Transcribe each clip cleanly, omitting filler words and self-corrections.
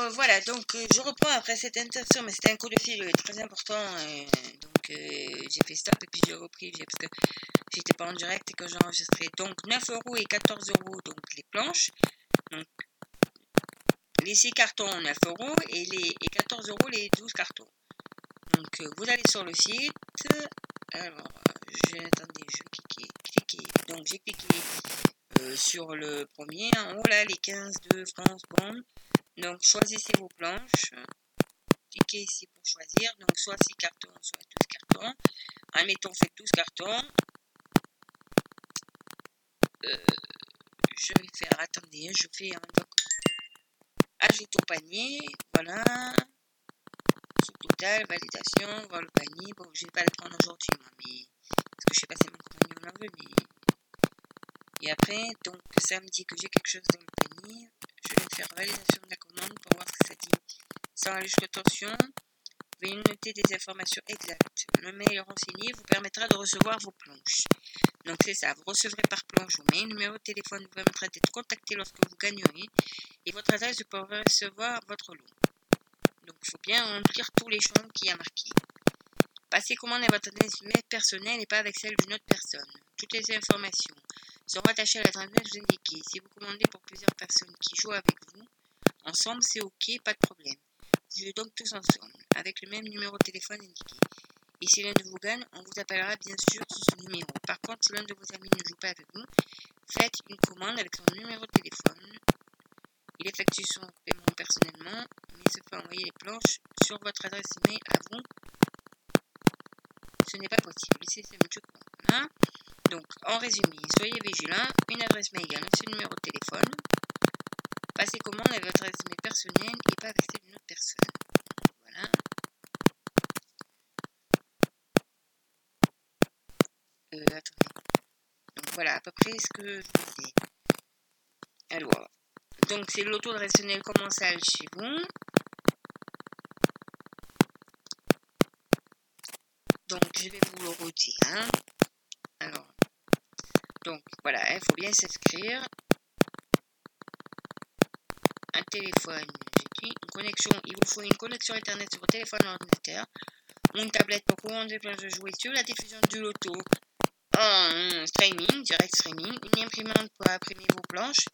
Voilà, donc je reprends après cette interruption, mais c'était un coup de fil très important. Donc j'ai fait stop et puis j'ai repris parce que j'étais pas en direct et que j'enregistrais. Donc 9 € et 14 € donc les planches. Donc les 6 cartons 9 € et 14 € les 12 cartons. Donc vous allez sur le site. Alors attendez, je vais cliquer. Donc j'ai cliqué sur le premier en haut là, les 15 de France. Bon. Donc choisissez vos planches. Cliquez ici pour choisir. Donc soit 6 cartons, soit 12 cartons. Admettons, faites 12 cartons. Je vais faire, attendez, je fais un ajoute au panier. Voilà. Sous total, validation, voir le panier. Bon, je vais pas le prendre aujourd'hui, moi, mais parce que je sais pas si mon compagnon en veut, mais. Et après, donc ça me dit que j'ai quelque chose dans le panier. Je vais faire validation de la commande pour voir ce que ça dit. Sans aller jusqu'à tension. Veuillez noter des informations exactes. Le mail renseigné vous permettra de recevoir vos planches. Donc c'est ça, vous recevrez par planche vos mails. Le numéro de téléphone vous permettra d'être contacté lorsque vous gagnerez. Et votre adresse pour recevoir votre lot. Donc il faut bien remplir tous les champs qu'il y a marqués. Passez commande à votre adresse mail personnelle et pas avec celle d'une autre personne. Toutes les informations seront attachées à l'adresse mail vous indiquée. Si vous commandez pour plusieurs personnes qui jouent avec vous, ensemble c'est ok, pas de problème. Vous jouez donc tous ensemble, avec le même numéro de téléphone indiqué. Et si l'un de vous gagne, on vous appellera bien sûr sur ce numéro. Par contre, si l'un de vos amis ne joue pas avec vous, faites une commande avec son numéro de téléphone. Il effectue son paiement personnellement, mais se fait envoyer les planches sur votre adresse email à vous. Ce n'est pas possible. Laissez ce monsieur voilà. Donc, en résumé, soyez vigilants. Une adresse mail égale ce numéro de téléphone. Passez commande avec votre adresse mail personnelle et pas avec celle d'une autre personne. Voilà. Attendez. Donc voilà à peu près ce que je vous disais. Alors, donc c'est l'auto traditionnel commensal chez vous. Donc je vais vous le redire. Hein. Alors, donc voilà, il faut bien s'inscrire. Un téléphone, j'ai dit, une connexion, il vous faut une connexion internet sur votre téléphone ou ordinateur, ou une tablette pour commander plein de jouer sur la diffusion du loto en streaming, direct streaming, une imprimante pour imprimer vos planches.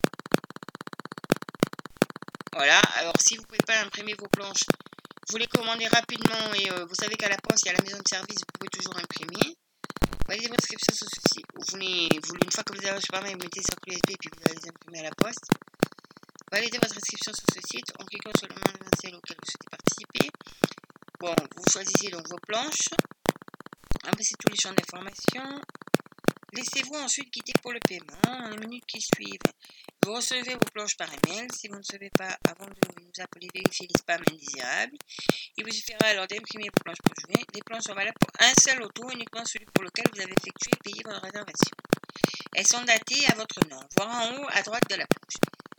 Voilà, alors si vous ne pouvez pas imprimer vos planches, vous les commandez rapidement et vous savez qu'à la poste, il y a la maison de service, vous pouvez toujours imprimer. Validez votre inscription sur ceci. Une fois que vous avez reçu par mail, vous mettez sur clé USB et puis vous allez les imprimer à la poste. Validez votre inscription sur ce site en cliquant sur le nom événementiel auquel vous souhaitez participer. Bon, vous choisissez donc vos planches. Remplissez tous les champs d'information. Laissez-vous ensuite quitter pour le paiement. Dans les minutes qui suivent, vous recevez vos planches par email. Si vous ne savez pas, avant de nous appeler, vérifiez les spams indésirables. Il vous suffira alors d'imprimer vos planches pour jouer. Les planches sont valables pour un seul loto, uniquement celui pour lequel vous avez effectué et payé votre réservation. Elles sont datées à votre nom, voire en haut à droite de la planche.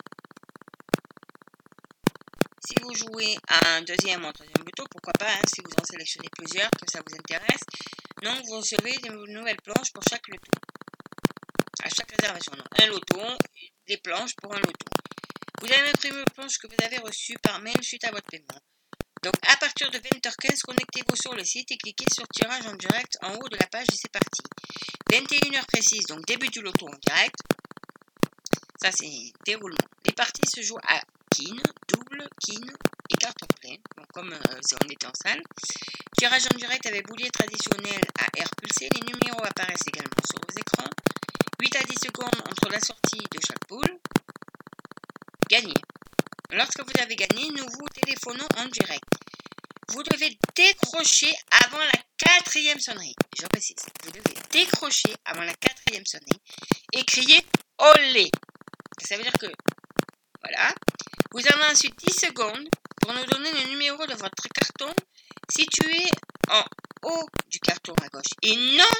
Si vous jouez à un deuxième ou un troisième loto, pourquoi pas, hein, si vous en sélectionnez plusieurs, que ça vous intéresse. Donc, vous recevez de nouvelles planches pour chaque loto. À chaque réservation, non. Un loto, des planches pour un loto. Vous allez imprimer les planches que vous avez reçues par mail suite à votre paiement. Donc, à partir de 20h15, connectez-vous sur le site et cliquez sur tirage en direct en haut de la page et c'est parti. 21h précise, donc début du loto en direct. Ça, c'est déroulement. Les parties se jouent à kin, double, kin et carte pleine, donc comme si on était en salle. Tirage en direct avec boulier traditionnel à air pulsé. Les numéros apparaissent également sur vos écrans. 8 à 10 secondes entre la sortie de chaque poule. Gagné. Lorsque vous avez gagné, nous vous téléphonons en direct. Vous devez décrocher avant la 4e sonnerie. Je précise, vous devez décrocher avant la 4e sonnerie et crier « Olé !» Ça veut dire que, voilà, vous avez ensuite 10 secondes pour nous donner le numéro de votre carton situé en haut du carton à gauche et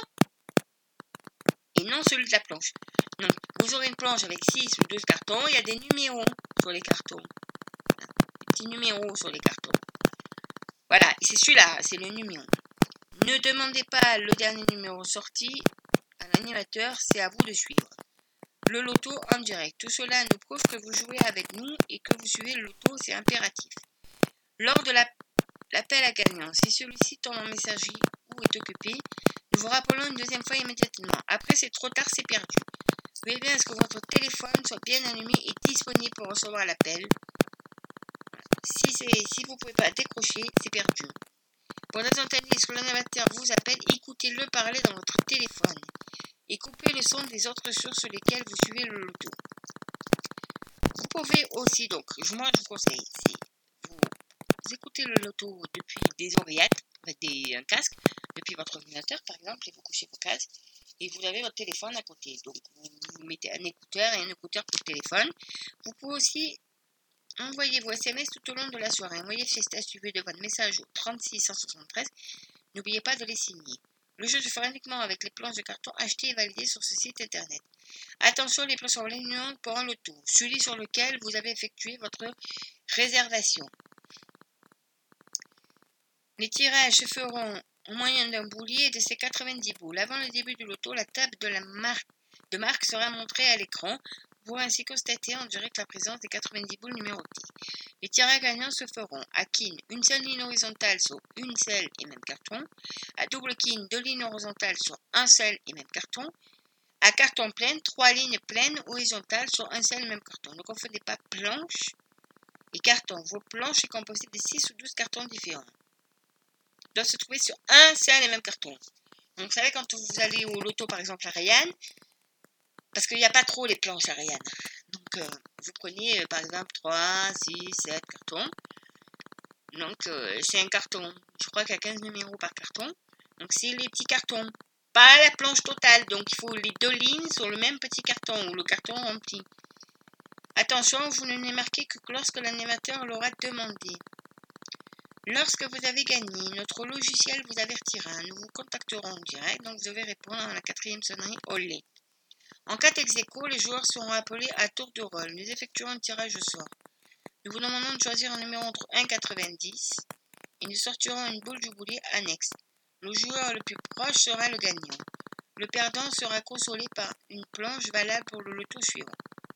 non celui de la planche. Donc, vous aurez une planche avec 6 ou 12 cartons, il y a des numéros sur les cartons. Des petits numéros sur les cartons. Voilà, c'est celui-là, c'est le numéro. Ne demandez pas le dernier numéro sorti à l'animateur, c'est à vous de suivre. le loto en direct. Tout cela nous prouve que vous jouez avec nous et que vous suivez le loto, c'est impératif. Lors de l'appel à gagnant, si celui-ci tombe en messagerie ou est occupé, nous vous rappelons une deuxième fois immédiatement. Après, c'est trop tard, c'est perdu. Veillez bien à ce que votre téléphone soit bien allumé et disponible pour recevoir l'appel. Si vous ne pouvez pas décrocher, c'est perdu. Pour désentenir ce que l'animateur vous appelle, écoutez-le parler dans votre téléphone et coupez le son des autres sources sur lesquelles vous suivez le loto. Vous pouvez aussi, donc, moi je vous conseille, si vous écoutez le loto depuis des oreillettes, avec un casque, depuis votre ordinateur par exemple, et vous couchez vos casques, et vous avez votre téléphone à côté. Donc vous mettez un écouteur et un écouteur pour le téléphone. Vous pouvez aussi envoyer vos SMS tout au long de la soirée. Envoyez Fiesta suivi de votre message au 36 173. N'oubliez pas de les signer. Le jeu se fera uniquement avec les planches de carton achetées et validées sur ce site internet. Attention, les planches sont réunion pour un loto, celui sur lequel vous avez effectué votre réservation. Les tirages se feront au moyen d'un boulier et de ses 90 boules. Avant le début du loto, la table de marque sera montrée à l'écran. Vous pourrez ainsi constater en direct la présence des 90 boules numérotées. Les tirages gagnants se feront à quine, une seule ligne horizontale sur une seule et même carton, à double quine, deux lignes horizontales sur un seul et même carton, à carton plein, trois lignes pleines horizontales sur un seul et même carton. Ne confondez pas planche et carton. Vos planches sont composées de 6 ou 12 cartons différents. Doivent se trouver sur un seul et même carton. Donc, vous savez, quand vous allez au loto, par exemple, à Rayanne, parce qu'il n'y a pas trop les planches à Rayanne. Donc, vous prenez, par exemple, 3, 6, 7 cartons. Donc, c'est un carton. Je crois qu'il y a 15 numéros par carton. Donc, c'est les petits cartons. Pas la planche totale. Donc, il faut les deux lignes sur le même petit carton ou le carton rempli. Attention, vous ne les marquez que lorsque l'animateur l'aura demandé. Lorsque vous avez gagné, notre logiciel vous avertira. Nous vous contacterons en direct, donc vous devez répondre à la 4e sonnerie Olé. En cas d'ex-aequo, les joueurs seront appelés à tour de rôle. Nous effectuerons un tirage au sort. Nous vous demandons de choisir un numéro entre 1 et 90 et nous sortirons une boule du boulier annexe. Le joueur le plus proche sera le gagnant. Le perdant sera consolé par une planche valable pour le loto suivant.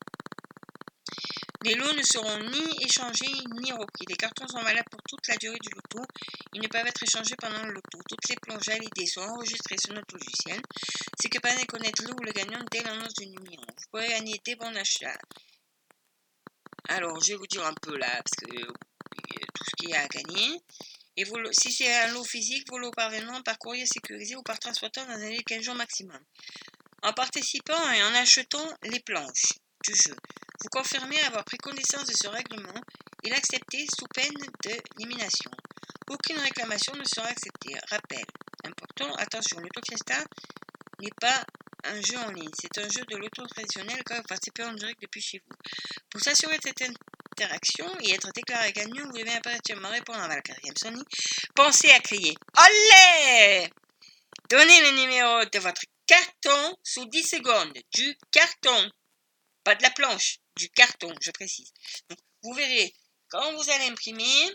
Les lots ne seront ni échangés ni repris. Les cartons sont valables pour toute la durée du loto. Ils ne peuvent être échangés pendant le loto. Toutes les planches validées sont enregistrées sur notre logiciel. C'est que permet de connaître le ou le gagnant dès l'annonce du numéro. Vous pourrez gagner des bons d'achat. Alors, je vais vous dire un peu là, parce que tout ce qu'il y a à gagner. Et si c'est un lot physique, vos lots parviendront par courrier sécurisé ou par transporteur dans un délai de 15 jours maximum. En participant et en achetant les planches du jeu, vous confirmez avoir pris connaissance de ce règlement et l'accepter sous peine d'élimination. Aucune réclamation ne sera acceptée. Rappel important, attention, l'Auto Fiesta n'est pas un jeu en ligne, c'est un jeu de l'auto traditionnel quand vous participez en direct depuis chez vous. Pour s'assurer de cette interaction et être déclaré gagnant, vous devez impérativement répondre à la 4e sonnerie. Pensez à crier « Olé !» Donnez le numéro de votre carton sous 10 secondes. Du carton. Pas de la planche. Du carton, je précise. Donc, vous verrez, quand vous allez imprimer,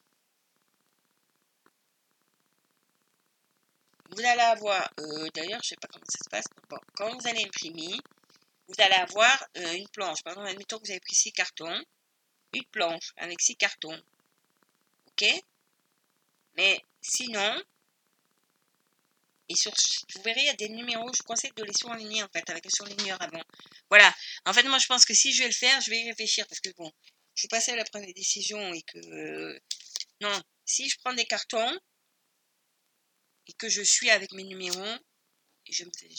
vous allez avoir, d'ailleurs, je ne sais pas comment ça se passe. Bon, quand vous allez imprimer, vous allez avoir une planche. Par exemple, admettons que vous avez pris 6 cartons. Une planche avec 6 cartons. OK? Mais sinon, et vous verrez, il y a des numéros, je vous conseille de les surligner en fait, avec le surligneur avant. Voilà. En fait, moi, je pense que si je vais le faire, je vais y réfléchir parce que bon, je suis passée à la première décision et que non, si je prends des cartons et que je suis avec mes numéros, je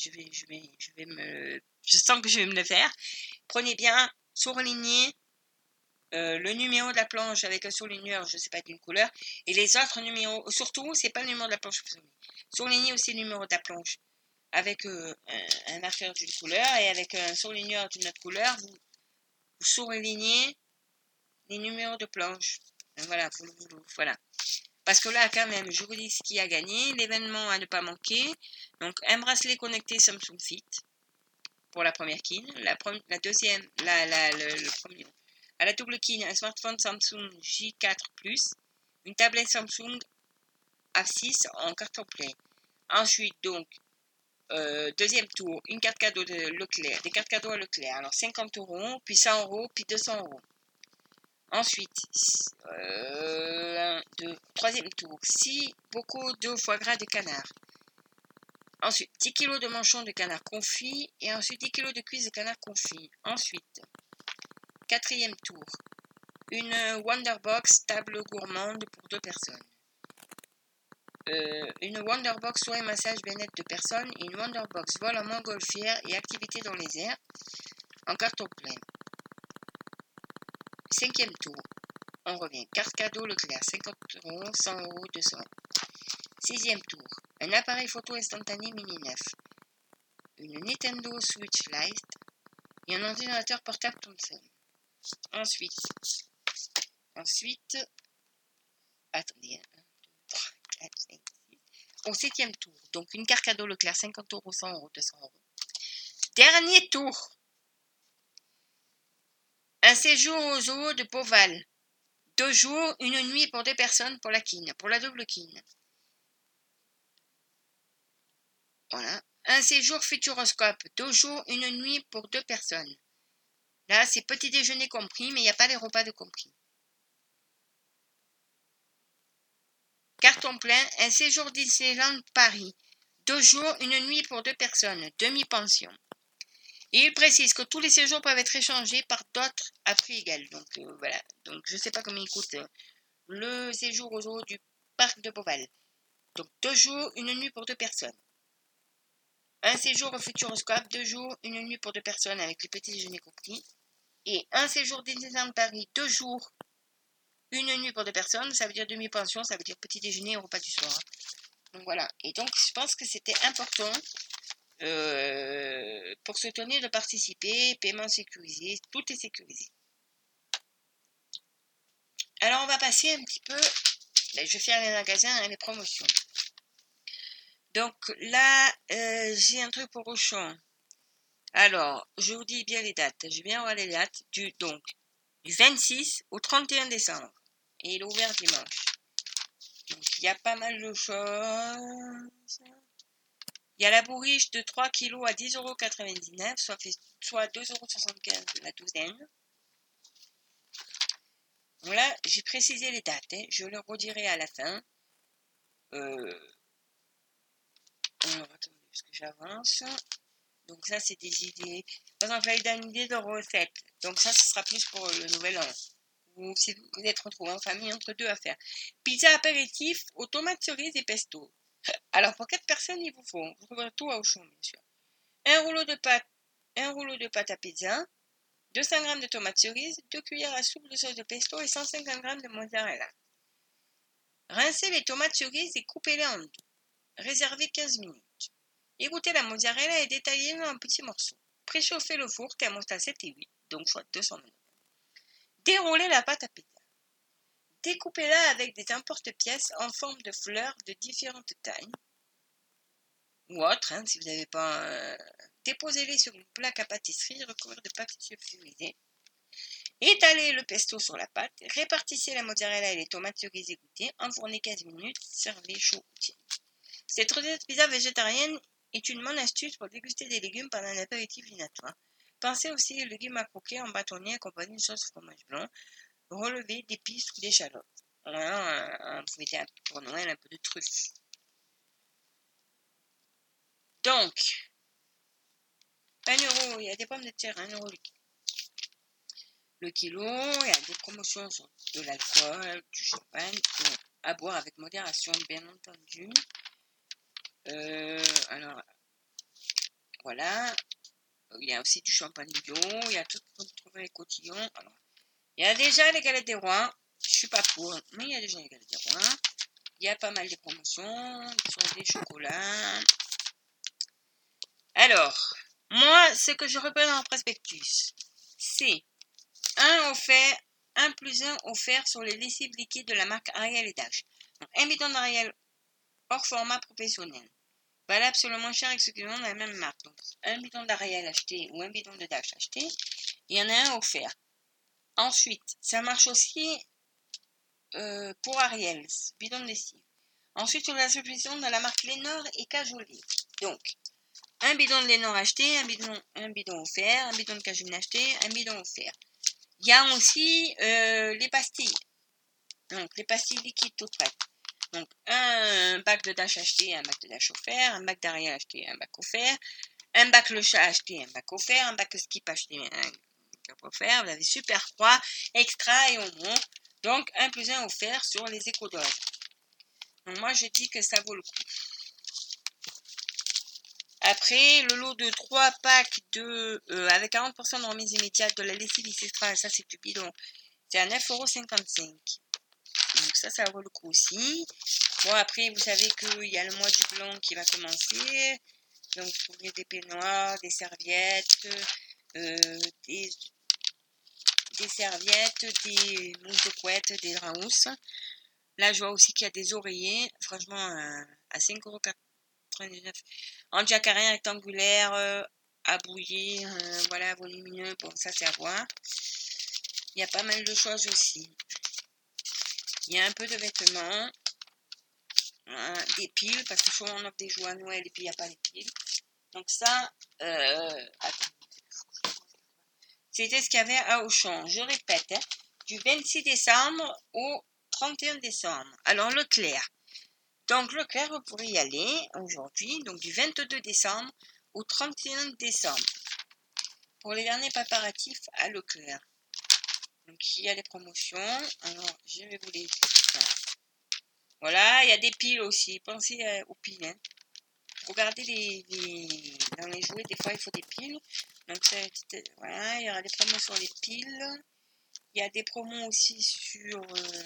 sens que je vais me le faire. Prenez bien, surligner le numéro de la planche avec un surligneur, je ne sais pas d'une couleur, et les autres numéros, surtout, c'est pas le numéro de la planche, surlignez aussi le numéro de la planche avec un marqueur d'une couleur et avec un surligneur d'une autre couleur, vous surlignez les numéros de planche. Voilà, voilà. Parce que là, quand même, je vous dis ce qui a gagné, l'événement à ne pas manquer. Donc, un bracelet connecté Samsung Fit pour la première kin, la deuxième, le premier. À la double kin, un smartphone Samsung J4 Plus, une tablette Samsung A6 en carton plein. Ensuite, donc, Deuxième tour, une carte cadeau de Leclerc, des cartes cadeaux à Leclerc. Alors 50 €, puis 100 €, puis 200 €. Ensuite, troisième tour, 6 bocaux de foie gras de canard. Ensuite, 10 kg de manchons de canard confit. Et ensuite, 10 kg de cuisses de canard confit. Ensuite, quatrième tour, une Wonderbox table gourmande pour 2 personnes. Une Wonderbox soin et massage bien-être de personnes. Et une Wonderbox vol en montgolfière et activité dans les airs en carton plein. Cinquième tour, on revient. Carte cadeau Leclerc, 50 €, 100 €, 200 €. Sixième tour, un appareil photo instantané mini 9. Une Nintendo Switch Lite et un ordinateur portable Thomson. Ensuite, attendez, 1, 2, 3, 4, 5, 6. Au septième tour, donc une carte cadeau Leclerc, 50 €, 100 €, 200 €. Dernier tour, un séjour au zoo de Beauval. 2 jours, une nuit pour 2 personnes pour la quine, pour la double quine. Voilà. Un séjour Futuroscope. 2 jours, une nuit pour 2 personnes. Là, c'est petit déjeuner compris, mais il n'y a pas les repas de compris. Carton plein, un séjour Disneyland Paris. 2 jours, une nuit pour 2 personnes, demi-pension. Et il précise que tous les séjours peuvent être échangés par d'autres à prix égal. Donc voilà. Donc je ne sais pas combien il coûte le séjour au zoo du parc de Beauval. Donc 2 jours, une nuit pour 2 personnes. Un séjour au Futuroscope, 2 jours, une nuit pour 2 personnes avec les petits déjeuners compris. Et un séjour Disneyland Paris, 2 jours, une nuit pour 2 personnes. Ça veut dire demi-pension, ça veut dire petit déjeuner et repas du soir. Donc voilà. Et donc je pense que c'était important pour se tenir de participer. Paiement sécurisé, tout est sécurisé. Alors on va passer un petit peu. Je vais faire les magasins et les promotions. Donc là, j'ai un truc pour Auchan. Alors, je vous dis bien les dates. Je vais bien voir les dates. Du 26 au 31 décembre. Et il est ouvert dimanche. Donc, il y a pas mal de choses. Il y a la bourriche de 3 kg à 10,99 €, soit 2,75 € la douzaine. Donc là, j'ai précisé les dates. Je le redirai à la fin. Alors, attendez, parce que j'avance. Donc ça, c'est des idées. Par exemple, là, il donne une idée de recette. Donc ça, ce sera plus pour le nouvel an. Ou si vous êtes retrouvés en famille, entre deux à faire. Pizza apéritif aux tomates cerises et pesto. Alors, pour 4 personnes, il vous faut, vous trouverez tout à Auchan, bien sûr. Un rouleau de pâte à pizza, 200 g de tomates cerises, 2 cuillères à soupe de sauce de pesto et 150 g de mozzarella. Rincez les tomates cerises et coupez-les en deux. Réservez 15 minutes. Égouttez la mozzarella et détaillez-la en petits morceaux. Préchauffez le four, thermostat 7 et 8, donc soit 200 degrés. Déroulez la pâte à pizza. Découpez-la avec des emporte-pièces en forme de fleurs de différentes tailles. Ou autre, si vous n'avez pas... Déposez-les sur une plaque à pâtisserie recouverte de papier sulfurisé. Étalez le pesto sur la pâte. Répartissez la mozzarella et les tomates cerises égouttées. Enfournez 15 minutes. Servez chaud ou tiède. Cette recette pizza végétarienne est une bonne astuce pour déguster des légumes pendant un apéritif dînatoire. Pensez aussi aux légumes à croquer en bâtonnet accompagnés d'une sauce fromage blanc, relevé d'épices ou d'échalotes. Voilà, vous mettez pour Noël un peu de truffe. Donc, 1 €, il y a des pommes de terre, 1 € le kilo, il y a des promotions sur de l'alcool, du champagne, à boire avec modération, bien entendu. Alors, voilà. Il y a aussi du champagne bio, il y a tout ce qu'on trouve les cotillons. Alors, il y a déjà les galettes des rois, je suis pas pour, mais il y a déjà les galettes des rois. Il y a pas mal de promotions, sur des chocolats. Alors, moi, ce que je repère dans le prospectus, c'est 1 + 1 offert sur les lessives liquides de la marque Ariel et Dash. Donc, un bidon d'Ariel hors format professionnel. Valable sur le moins cher exclusivement dans la même marque. Donc, un bidon d'Ariel acheté ou un bidon de Dash acheté, il y en a un offert. Ensuite, ça marche aussi pour Ariel, bidon de lessive. Ensuite, sur la substitution de la marque Lénore et Cajolet. Donc, un bidon de Lénore acheté, un bidon offert, un bidon de cajun acheté, un bidon offert. Il y a aussi les pastilles. Donc, les pastilles liquides toutes prêtes. Donc, un bac de Dash acheté, un bac de Dash offert, un bac d'Ariel acheté, un bac offert, un bac Le Chat acheté, un bac offert, un bac Skip acheté, un bac offert. Vous avez Super Froid, Extra et Omo. Donc, 1 plus 1 offert sur les éco-doses. Donc, moi, je dis que ça vaut le coup. Après, le lot de 3 packs avec 40% de remise immédiate de la lessive Icestral, ça c'est du bidon, c'est à 9,55 €. Donc ça vaut le coup aussi. Bon, après, vous savez qu'il y a le mois du blanc qui va commencer. Donc, vous trouverez des peignoirs, des serviettes, des serviettes, des mousses de couette, des draps. Là, je vois aussi qu'il y a des oreillers, franchement, à 5,99 €. En jacarien rectangulaire, à brouiller, voilà, volumineux. Bon, ça, c'est à voir. Il y a pas mal de choses aussi. Il y a un peu de vêtements. Des piles, parce que souvent on offre des jouets à Noël et puis il n'y a pas les piles. Donc ça, c'était ce qu'il y avait à Auchan. Je répète, hein, du 26 décembre au 31 décembre. Alors Leclerc. Donc Leclerc, vous pourrez y aller aujourd'hui, donc du 22 décembre au 31 décembre. Pour les derniers préparatifs à Leclerc. Donc il y a des promotions. Alors je vais vous les dire. Voilà, il y a des piles aussi. Pensez aux piles. Hein. Regardez dans les jouets, des fois il faut des piles. Donc voilà, il y aura des promos sur les piles. Il y a des promos aussi sur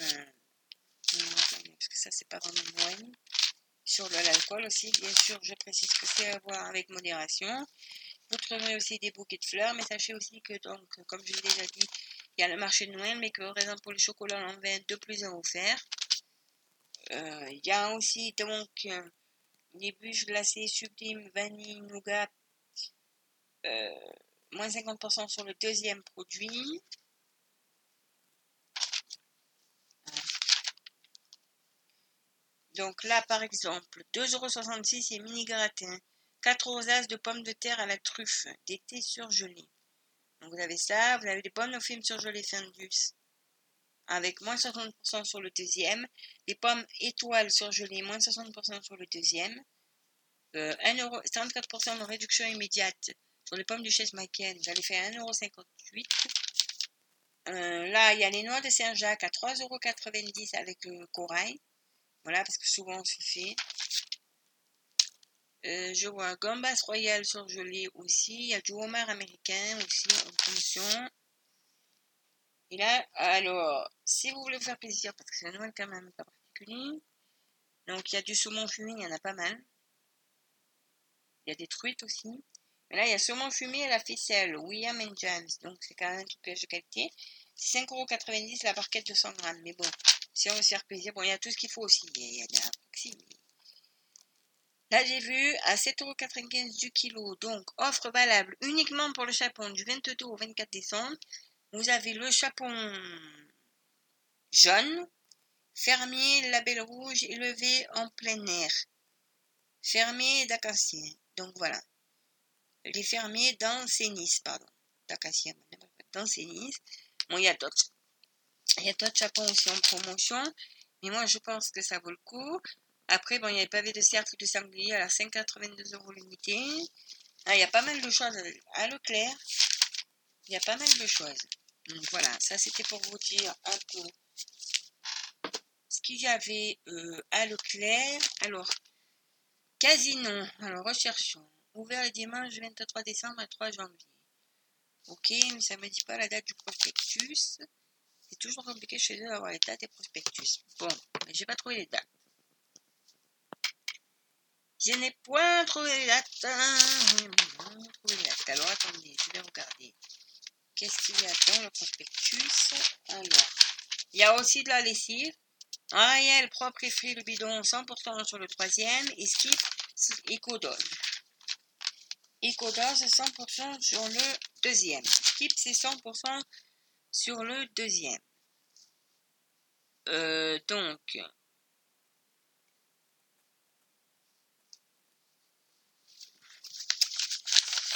parce que ça c'est pas vraiment Noël. Sur l'alcool aussi, bien sûr, je précise que c'est à voir avec modération. Vous trouverez aussi des bouquets de fleurs, mais sachez aussi que donc, comme je l'ai déjà dit, il y a le marché de Noël, mais que par exemple pour les chocolats en vin, 2 plus 1 offert. Il y a aussi donc les bûches glacées sublimes, vanille, nougat, moins 50% sur le deuxième produit. Donc là, par exemple, 2,66 € et mini gratin. 4 rosaces de pommes de terre à la truffe, d'été surgelées. Donc vous avez ça, vous avez des pommes au film surgelées Findus, avec moins 60% sur le deuxième. Les pommes étoiles surgelées, moins 60% sur le deuxième. 34% de réduction immédiate sur les pommes du Duchesse Macken, vous allez faire 1,58 €. Là, il y a les noix de Saint-Jacques à 3,90 € avec le corail. Voilà, parce que souvent on se fait. Je vois un gambas royal surgelé aussi. Il y a du homard américain aussi en promotion. Et là, alors, si vous voulez vous faire plaisir, parce que c'est un Noël quand même pas particulier. Donc, il y a du saumon fumé, il y en a pas mal. Il y a des truites aussi. Mais là, il y a saumon fumé à la ficelle, William James. Donc, c'est quand même un truc de qualité. C'est 5,90 € la barquette de 100 grammes. Mais bon, si on veut se faire plaisir, bon, il y a tout ce qu'il faut aussi. Il y a de la proxy. Là, j'ai vu à 7,95 € du kilo. Donc, offre valable uniquement pour le chapon du 22 au 24 décembre. Vous avez le chapon jaune, fermier label rouge élevé en plein air. Fermier d'acacia. Donc, voilà. Les fermiers d'Ancenis, pardon. D'acacia, d'Ancenis. Bon, il y a d'autres chapons aussi en promotion. Mais moi, je pense que ça vaut le coup. Après, bon, il y a les pavés de cerf ou de sanglier à 5,82 € l'unité. Ah, il y a pas mal de choses à Leclerc. Il y a pas mal de choses. Donc voilà, ça c'était pour vous dire un peu ce qu'il y avait à Leclerc. Alors, Casino. Alors, recherchons. Ouvert le dimanche 23 décembre à 3 janvier. Ok, mais ça ne me dit pas la date du prospectus. C'est toujours compliqué chez eux d'avoir les dates des prospectus. Bon, mais j'ai pas trouvé les dates. Je n'ai point trouvé les dates. Alors, attendez, je vais regarder. Qu'est-ce qu'il y a dans le prospectus? Alors, il y a aussi de la lessive. Ariel propre et free le bidon 100% sur le troisième. Et Skip Ecodose. Ecodose 100% sur le deuxième. Skip c'est 100% sur le deuxième. Donc,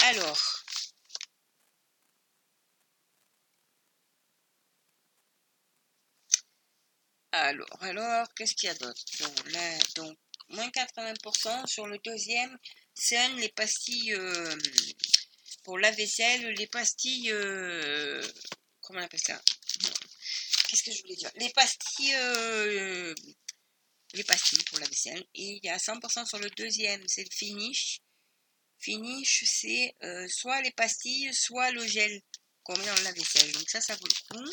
Alors, qu'est-ce qu'il y a d'autre? Donc, moins 80% sur le deuxième, c'est les pastilles pour la vaisselle, les pastilles, comment on appelle ça? Qu'est-ce que je voulais dire? Les pastilles pour la vaisselle. Et il y a 100% sur le deuxième, c'est le finish. Finish, c'est soit les pastilles, soit le gel qu'on met dans la vaisselle. Donc ça vaut le coup.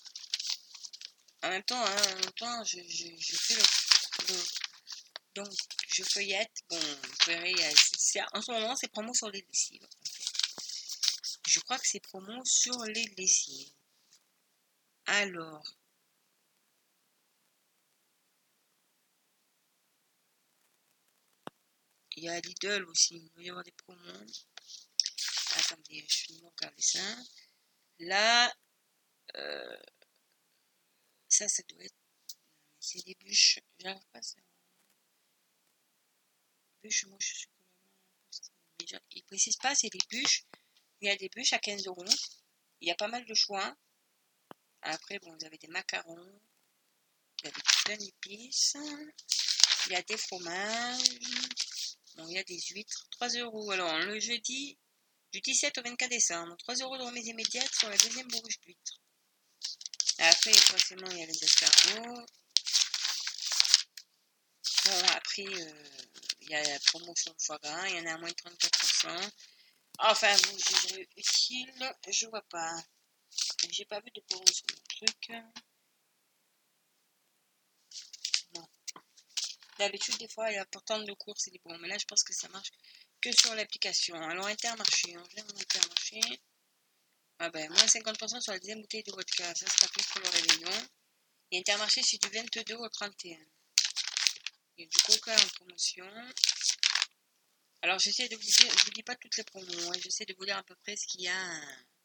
En même temps, je fais donc je feuillette. Bon, vous verrez, en ce moment, c'est promo sur les lessives. Je crois que c'est promo sur les lessives. Alors, il y a Lidl aussi. Il va y avoir des promos. Attendez, je vais regarder ça. Là, ça doit être. C'est des bûches. J'arrive pas à ça. Bûches, moi je suis complètement. Il précise pas, c'est des bûches. Il y a des bûches à 15 €. Il y a pas mal de choix. Après, bon, vous avez des macarons. Il y a des plein d'épices. Il y a des fromages. Bon, il y a des huîtres. 3 €. Alors, le jeudi, du 17 au 24 décembre. 3 € de remise immédiate sur la deuxième bourriche d'huîtres. Après, forcément, il y a les escargots. Bon, après, il y a la promotion de foie gras. Il y en a à moins de 34%. Enfin, vous jugerez utile. Je vois pas. J'ai pas vu de promotion sur le truc. Non. D'habitude, des fois, il y a pourtant de courses et des bons. Mais là, je pense que ça marche que sur l'application. Alors, Intermarché. On vient en Intermarché. Ah ben, moins 50% sur la deuxième bouteille de vodka. Ça sera plus pour le réveillon. Et Intermarché, c'est du 22 au 31. Il y a du coca en promotion. Alors, j'essaie de vous dire, je vous dis pas toutes les promos. Hein. J'essaie de vous dire à peu près ce qu'il y a.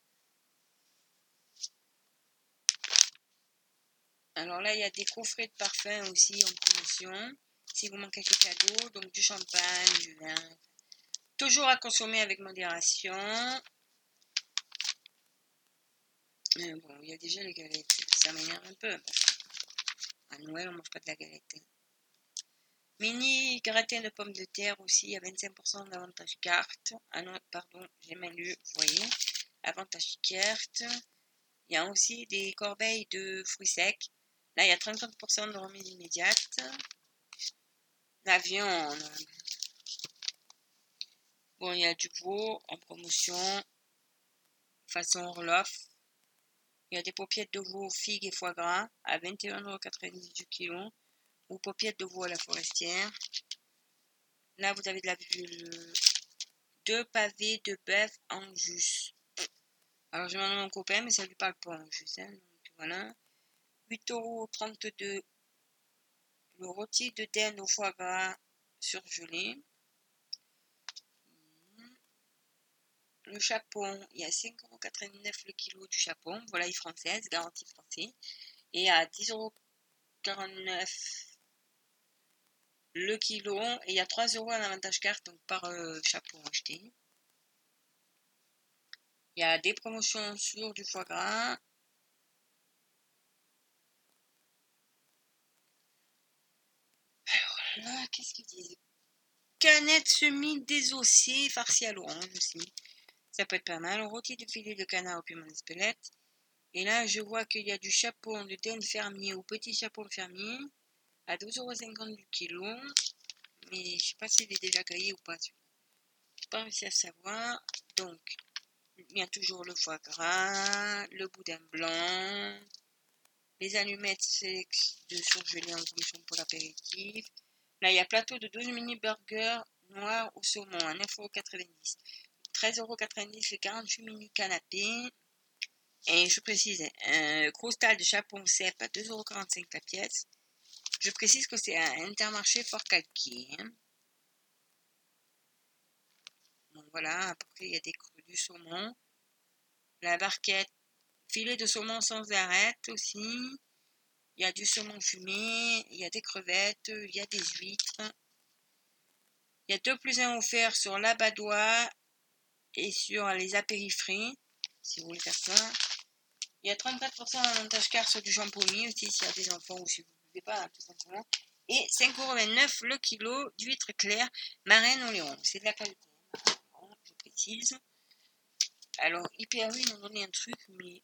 Alors là, il y a des coffrets de parfums aussi en promotion. Si vous manquez quelques cadeaux, donc du champagne, du vin. Toujours à consommer avec modération. Bon, il y a déjà les galettes. Ça m'énerve un peu. À Noël, on mange pas de la galette. Mini gratin de pommes de terre aussi à 25% d'avantage carte. Ah non, pardon, j'ai mal lu, vous voyez. Avantage carte. Il y a aussi des corbeilles de fruits secs. Là, il y a 30% de remise immédiate. La viande. Bon, il y a du veau en promotion. Façon Orloff. Il y a des paupiètes de veau, figues et foie gras à 21,90 € du kilo. Ou paupiètes de veau à la forestière. Là, vous avez de la bulle. 2 pavés de bœuf en jus. Alors, je demande à mon copain, mais ça lui parle pas en jus. Hein, donc, voilà. 8,32 € le rôti de dinde au foie gras surgelé. Le chapon, il y a 5,89 € le kilo du chapon. Volaille française, garantie français. Et à 10,49 € le kilo. Et il y a 3 € en avantage carte donc par chapon acheté. Il y a des promotions sur du foie gras. Alors là, qu'est-ce qu'ils disent? Canette semi-désossée, farcie à l'orange aussi. Ça peut être pas mal. Rôti de filet de canard au piment d'Espelette. Et là, je vois qu'il y a du chapon de dinde fermier ou petit chapon fermier à 12,50 € du kilo. Mais je sais pas s'il est déjà caillé ou pas. Je n'ai pas réussi à savoir. Donc, il y a toujours le foie gras, le boudin blanc, les allumettes de surgelées en promotion pour l'apéritif. Là, il y a plateau de 12 mini burgers noirs au saumon à 9,90 €. 13,90 € les 48 mini canapés. Et je précise, un crostal de chapon cèpe à 2,45 € la pièce. Je précise que c'est un Intermarché fort calqué. Hein. Donc voilà, à peu près, il y a des crus du saumon. La barquette, filet de saumon sans arête aussi. Il y a du saumon fumé, il y a des crevettes, il y a des huîtres. Il y a 2 plus 1 offerts sur l'abadois et sur les apérifrais, si vous voulez faire ça. Il y a 34% d'avantage car sur du champomis aussi s'il y a des enfants ou si vous ne buvez pas, tout simplement. Et 5,29€ le kilo d'huîtres claires marraine Oléon. C'est de la qualité, je précise. Alors, IPRU, ils m'ont donné un truc, mais...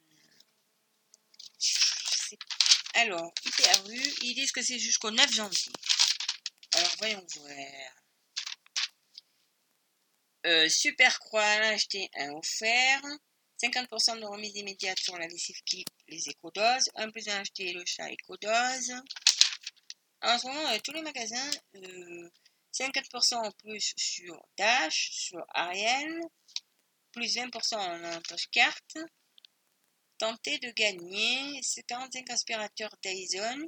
Alors, IPRU, ils disent que c'est jusqu'au 9 janvier. Alors, voyons voir. Super Croix, acheté un offert. 50% de remise immédiate sur la lessive Clip, les écodoses. 1 plus 1 acheté le chat écodose. En ce moment, tous les magasins, 50% en plus sur Dash, sur Ariel, plus 20% en avantage carte. Tentez de gagner 45 aspirateurs Dyson,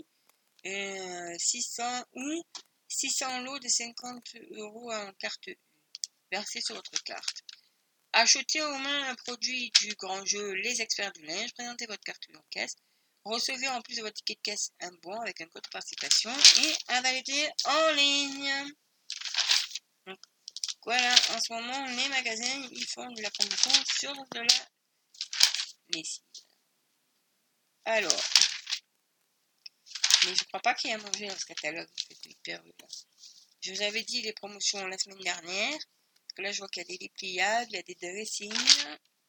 600 lots de 50€ en carte U, versés sur votre carte. Achetez au moins un produit du grand jeu Les Experts du linge, présentez votre carte U en caisse, recevez en plus de votre ticket de caisse un bon avec un code de participation et à valider en ligne. Donc, voilà, en ce moment, les magasins, ils font de la promotion sur de la lessive. Alors, mais je crois pas qu'il y a à manger dans ce catalogue. Je vous avais dit les promotions la semaine dernière. Parce que là, je vois qu'il y a des lits pliables, il y a des dressings.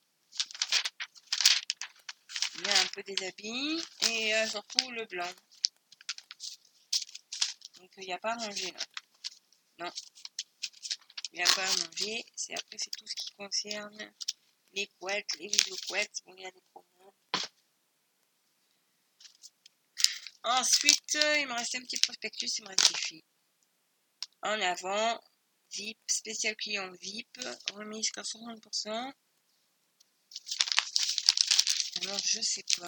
Il y a un peu des habits. Et surtout le blanc. Donc, il n'y a pas à manger là. Non. Il n'y a pas à manger. Après, c'est tout ce qui concerne les couettes, les vidéo-couettes. Bon, il y a des promos. Ensuite, il me reste un petit prospectus, il me reste des filles. En avant, VIP, spécial client VIP, remise jusqu'à 60%. Alors, je sais pas,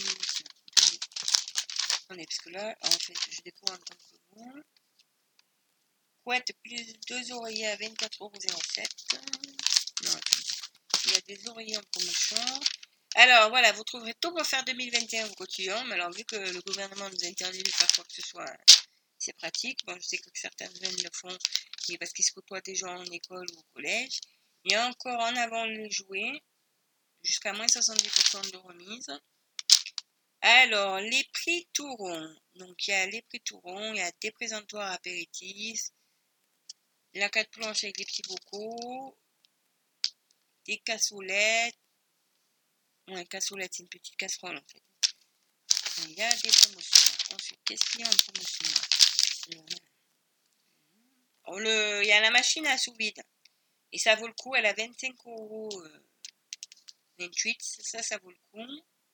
attendez, parce que là, en fait, je découvre en tant que vous. Couette plus 2 oreillers à 24,07€. Non, attendez. Il y a des oreillers en promotion. Alors, voilà, vous trouverez tout pour faire 2021 au cotillon. Mais alors, vu que le gouvernement nous interdit de faire quoi que ce soit, c'est pratique. Bon, je sais que certaines jeunes le font, mais parce qu'ils se côtoient déjà en école ou au collège. Il y a encore en avant les jouets, jusqu'à moins 70% de remise. Alors, les prix Touron. Donc, il y a les prix Touron, il y a des présentoirs apéritifs, la 4 planches avec des petits bocaux, des cassolettes. Ouais, cassolette, c'est une petite casserole en fait. Il y a des promotions. Ensuite, qu'est-ce qu'il y a en promotion? Il y a la machine à sous vide. Et ça vaut le coup, elle a 25,28€. Ça vaut le coup.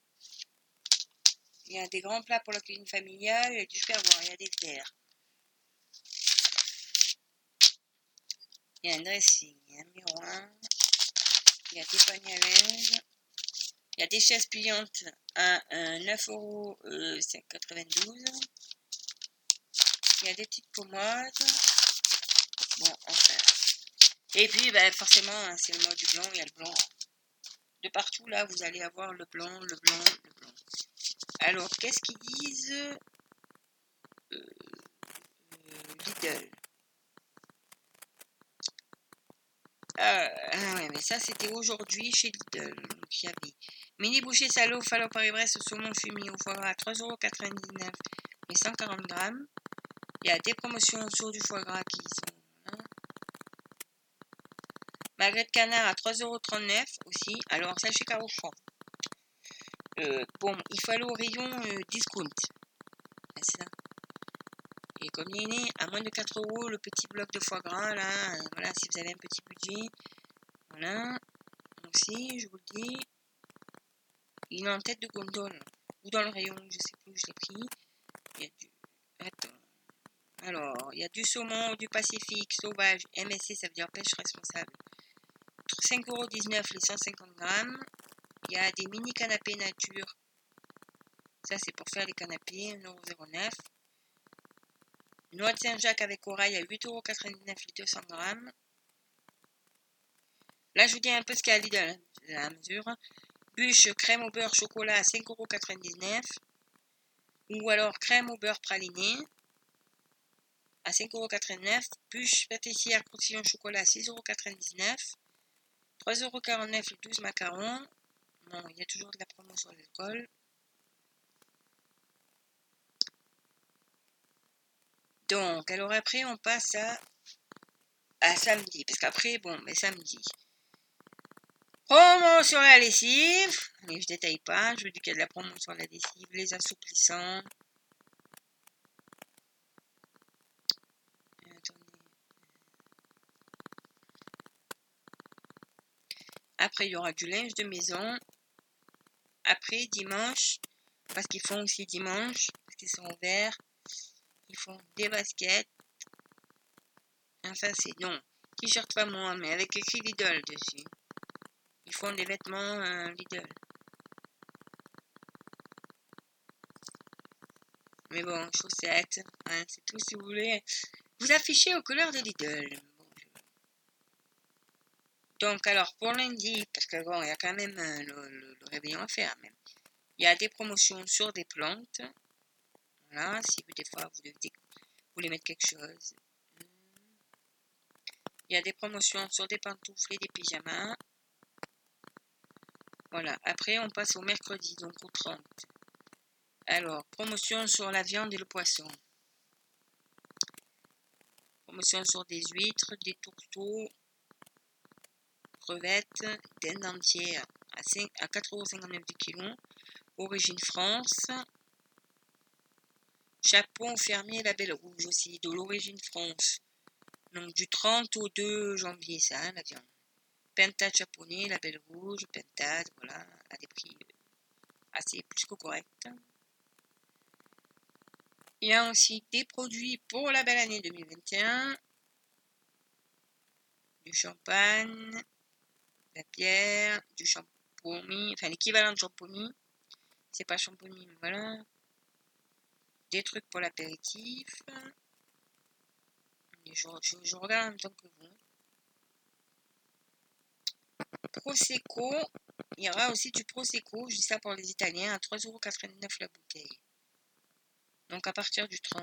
Il y a des grands plats pour la cuisine familiale, il y a du ferroir, il y a des verres. Il y a un dressing, il y a un miroir, il y a des paniers à linge, il y a des chaises pliantes à 9,92€. Il y a des petites commodes. Bon, enfin. Et puis, forcément, c'est le mode du blanc, il y a le blanc. De partout, là, vous allez avoir le blanc, le blanc, le blanc. Alors, qu'est-ce qu'ils disent Lidl. Ouais, mais ça c'était aujourd'hui chez Lidl. Donc il y avait mini bouchée salaud, fallo Paris-Brest, saumon fumé au foie gras à 3,99€, mais 140 grammes. Il y a des promotions sur du foie gras qui sont là. Magret de canard à 3,39€ aussi. Alors ça chez Carrefour. Bon, il faut aller au rayon discount. C'est ça. Et comme il est né à moins de 4€, le petit bloc de foie gras là, voilà, si vous avez un petit budget. Voilà. Aussi, je vous le dis, il est en tête de gondole. Ou dans le rayon, je sais plus où je l'ai pris. Il y a du... Attends. Alors, il y a du saumon du Pacifique, sauvage, MSC, ça veut dire pêche responsable. 5,19€ les 150 grammes. Il y a des mini canapés nature. Ça, c'est pour faire les canapés, 1,09€. Noix de Saint-Jacques avec corail à 8,99€ les 200 grammes. Là, je vous dis un peu ce qu'il y a à Lidl, la mesure. Bûche crème au beurre chocolat à 5,99€. Ou alors crème au beurre praliné à 5,89€. Bûche pâtissière croustillant chocolat à 6,99€. 3,49 € les 12 macarons. Bon, il y a toujours de la promo sur l'alcool. Donc, alors après, on passe à samedi. Parce qu'après, bon, mais samedi. Promo sur la lessive. Mais je détaille pas. Je vous dis qu'il y a de la promo sur la lessive. Les assouplissants. Après, il y aura du linge de maison. Après, dimanche, parce qu'ils font aussi dimanche, parce qu'ils sont ouverts, ils font des baskets. Enfin, c'est non, t-shirt pas moi, mais avec écrit Lidl dessus. Ils font des vêtements Lidl. Mais bon, chaussettes, hein, c'est tout si vous voulez. Vous affichez aux couleurs de Lidl. Donc, alors, pour lundi, parce que bon, il y a quand même le réveillon à faire, même. Il y a des promotions sur des plantes. Voilà, si des fois vous voulez mettre quelque chose. Il y a des promotions sur des pantoufles et des pyjamas. Voilà, après on passe au mercredi, donc au 30. Alors, promotion sur la viande et le poisson. Promotion sur des huîtres, des tourteaux, crevettes, dinde entière à 4,59 € du kilo. Origine France. Chapon fermier label rouge aussi, de l'origine France. Donc du 30 au 2 janvier, ça, hein, la viande. Pentade japonais, label rouge, pentade, voilà, à des prix assez plus que corrects. Il y a aussi des produits pour la belle année 2021. Du champagne, la bière, du champomis, enfin l'équivalent de champomis. C'est pas champomis, mais voilà. Des trucs pour l'apéritif. Je regarde en même temps que vous. Prosecco. Il y aura aussi du Prosecco, je dis ça pour les Italiens, à 3,89 € la bouteille. Donc à partir du 30.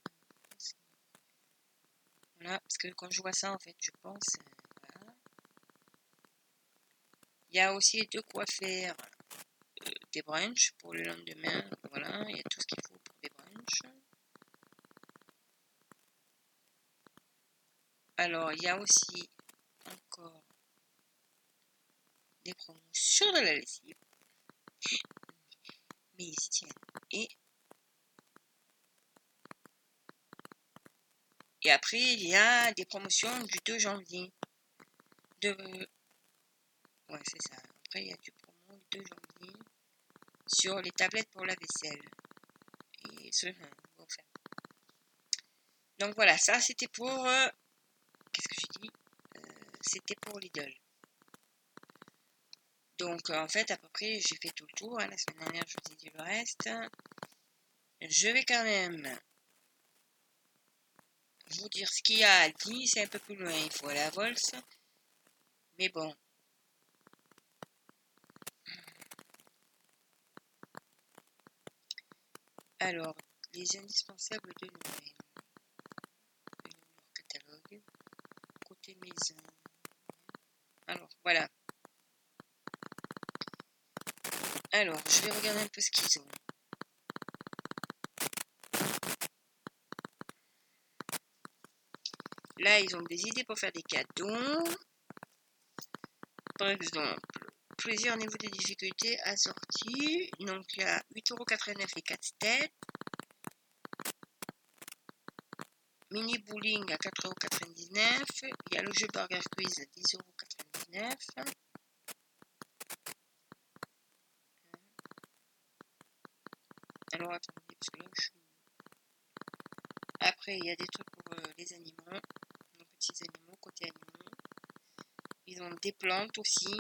Voilà, parce que quand je vois ça, en fait, je pense... voilà. Il y a aussi de quoi faire des brunchs pour le lendemain. Voilà, il y a tout ce qu'il faut pour des brunchs. Alors, il y a aussi encore des promos sur de la lessive. Mais ils y tiennent. Et après, il y a des promotions du 2 janvier. Ouais, c'est ça. Après, il y a du promo du 2 janvier sur les tablettes pour la vaisselle. Et ce, bon, enfin. Donc voilà, ça c'était pour... qu'est-ce que j'ai dit c'était pour Lidl. Donc en fait, à peu près, j'ai fait tout le tour. Hein. La semaine dernière, je vous ai dit le reste. Je vais quand même vous dire ce qu'il y a à Aldi. C'est un peu plus loin, il faut aller à Vols. Mais bon. Alors, les indispensables de Noël. Leur catalogue. Côté maison. Alors, voilà. Alors, je vais regarder un peu ce qu'ils ont. Là, ils ont des idées pour faire des cadeaux. Par exemple, plusieurs niveaux de difficulté assortis. Donc, il y a 8,89 € les 4 têtes. Mini bowling à 4,99 €. Il y a le jeu Burger Quiz à 10,99 €. Alors, attendez, parce que là, je suis... Après, il y a des trucs pour les animaux. Nos petits animaux, côté animaux. Ils ont des plantes aussi.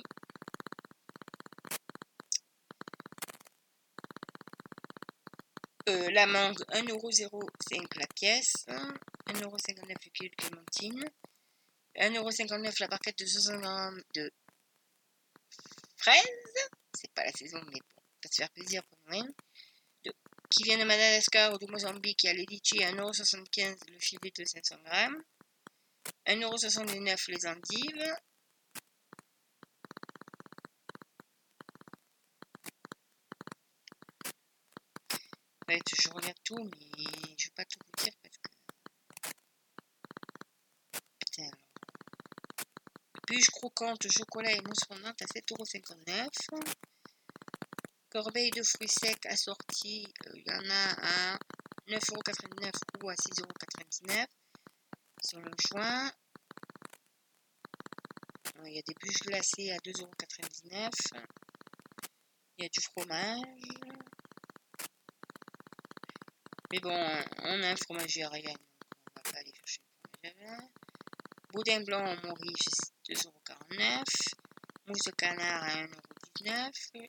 La mangue, 1,05 € la pièce. 1,59 € le kilo de clémentine. 1,59 € la barquette de 60 grammes de fraises. C'est pas la saison, mais bon, on peut se faire plaisir pour Noël. Qui vient de Madagascar ou du Mozambique, il y a les litchis à 1,75 € le filet de 500 grammes. 1,79 € les endives. En fait, je regarde tout, mais je vais pas tout vous dire parce que... Putain, alors. Bûche croquante, chocolat et mousse fondante à 7,59 €. Corbeille de fruits secs assortis, il y en a à 9,89 € ou à 6,99 € sur le choix. Il y a des bûches glacées à 2,99 €. Il y a du fromage. Mais bon, on a un fromager à rien, donc on va pas aller chercher le fromage. Boudin blanc en Maurice, 2,49 €. Mousse de canard à 1,19 €.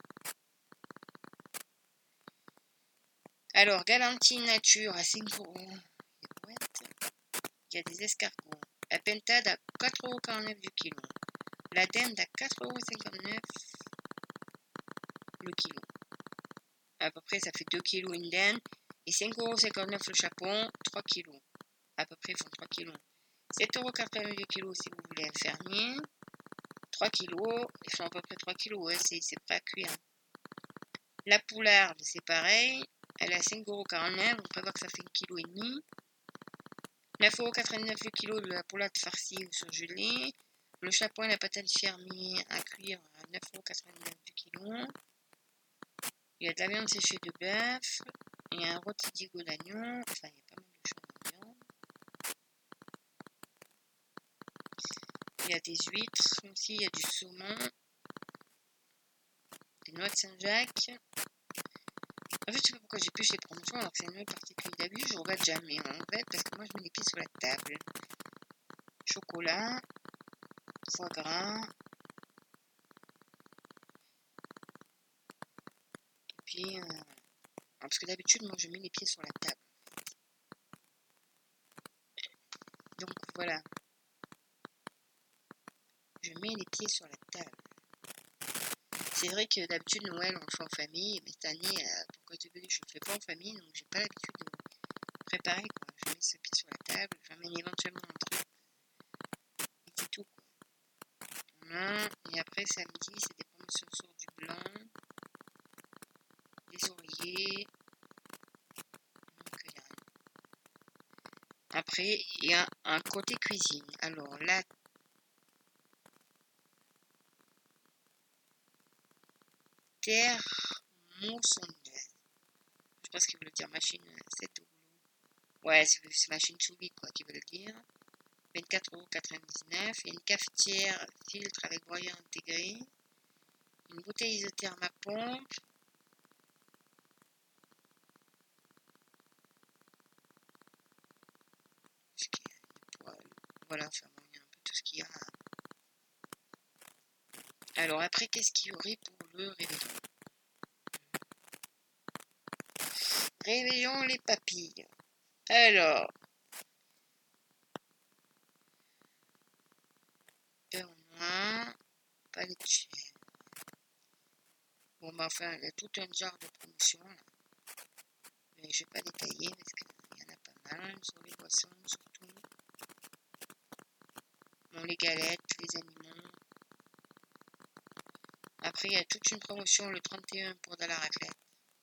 Alors, galantine nature à 5 €. Il y a des escargots. La pentade à 4,49 € du kilo. La dinde à 4,59 € le kilo. À peu près, ça fait 2 kg une dinde. Et 5,59 € le chapon, 3 kg. À peu près, ils font 3 kg. 7,89 € du kilo si vous voulez un fermier. 3 kg, ils font à peu près 3 kg. Ouais, c'est prêt à cuire. La poularde, c'est pareil. Elle est à 5,49 €. On prévoit que ça fait 1,5 kg. 9,89 € le kilo de la poularde farcie ou surgelée. Le chapon et la patate fermier à cuire à 9,89 € du kilo. Il y a de la viande séchée de bœuf. Il y a un rôti d'higo d'agneau. Enfin, il y a pas mal de choses en viande. Il y a des huîtres aussi. Il y a du saumon. Des noix de Saint-Jacques. En fait, je sais pas pourquoi j'ai plus les promotions alors que c'est une nouvelle particulier d'habitude. Je regarde jamais en fait parce que moi je mets les pieds sur la table. Chocolat. Foie gras. Et puis, parce que d'habitude, moi je mets les pieds sur la table. Donc voilà. Je mets les pieds sur la table. C'est vrai que d'habitude, Noël, on le fait en famille, mais cette année, pourquoi tu veux dire, je ne le fais pas en famille, donc j'ai pas l'habitude de préparer, quoi. Je mets ce pied sur la table, j'emmène éventuellement un truc, et c'est tout, quoi. Voilà. Et après, samedi, c'est des promotions sur du blanc, des oreillers, donc il y a rien. Après, il y a un côté cuisine. Alors là, thermosondeuse. Je pense qu'ils veulent dire machine 7 €. Ouais, c'est machine sous vide, quoi, qu'ils veulent dire. 24,99 €. Il y a une cafetière filtre avec broyeur intégré. Une bouteille isotherme à pompe. Voilà, enfin bon, il y a un peu tout ce qu'il y a. Alors après, qu'est-ce qu'il y aurait pour le réveillon? Réveillons les papilles. Alors, beurre noir, palette de chèvre. Bon, bah enfin, il y a tout un genre de promotion là. Mais je vais pas détailler parce qu'il y en a pas mal sur les boissons surtout. Bon, les galettes, les animaux. Après, il y a toute une promotion le 31 pour de la raclette.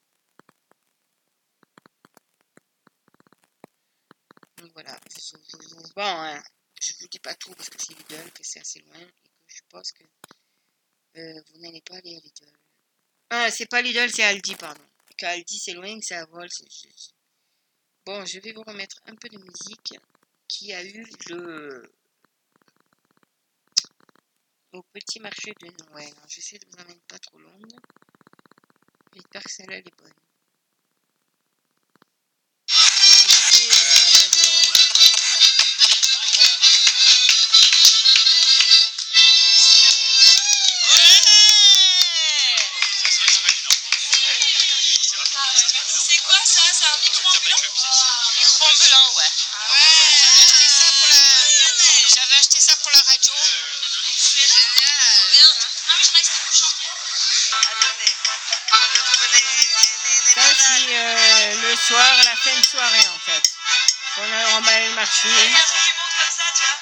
Donc voilà, bon, hein, je vous dis pas tout parce que c'est Lidl, que c'est assez loin et que je pense que vous n'allez pas aller à Lidl. Ah, c'est pas Lidl, c'est Aldi, pardon. Car Aldi, c'est loin, que c'est à vol. Bon, je vais vous remettre un peu de musique qui a eu au petit marché de Noël. Alors, j'essaie de vous en mettre pas trop longue. J'espère que celle-là, elle est bonne. C'est quoi ça? C'est un micro ambulant? Micro ambulant, ouais. J'avais acheté ça pour la radio. Excellent. Bien. Ah, mais je croyais que c'était pour chanter. Ça, c'est le soir, la fin de soirée en fait. On a emballé le marché. Il y a un truc qui monte comme ça, tu vois.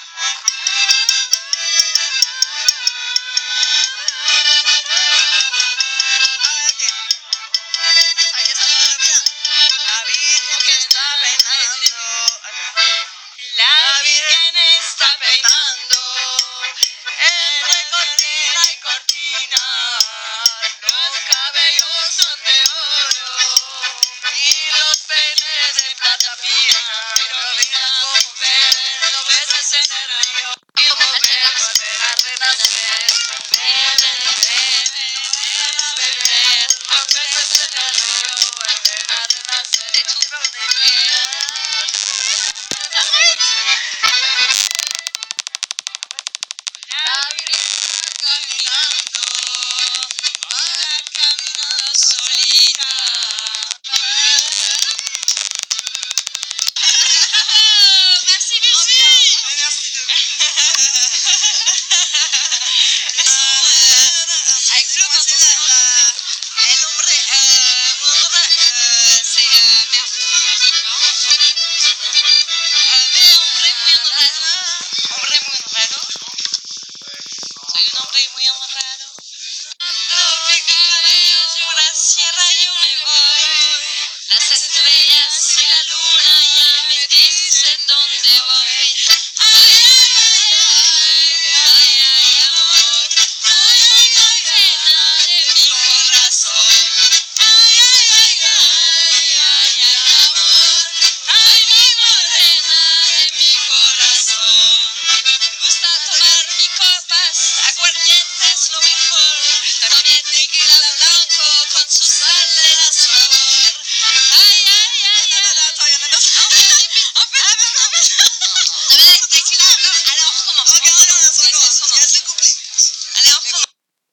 peinando entre cortina y cortina. Los cabellos son de oro y los peines de plata fina. Pero mira cómo ven los peces en el río, como ven volver a renacer. Ven, los peces en el río vuelven a renacer. La virgen caminando, ahora camina solita. Merci, merci. Avec Flo, quand on s'est rencontrés. El hombre, c'est merde. Hombre muy honrado. Hombre muy honrado. Soy un hombre muy honrado. Ando mi cabello por la sierra yo me voy. Las estrellas y la luna ya me dicen dónde voy. Ay, ay, ay, ay, amor. Ay, ay, ay, reina de mi corazón. Ay, ay, ay, ay, ay, ay, amor. Ay, mi morena de mi corazón. Me gusta tomar mi copas, aguardiente es lo mejor. También tequila blanco con su sal le da sabor. Ay, ay, ay, ay. Tequila blanc. Allez, on recommence. Ok, on recommence. Il y a 2 couplets. Allez, on recommence.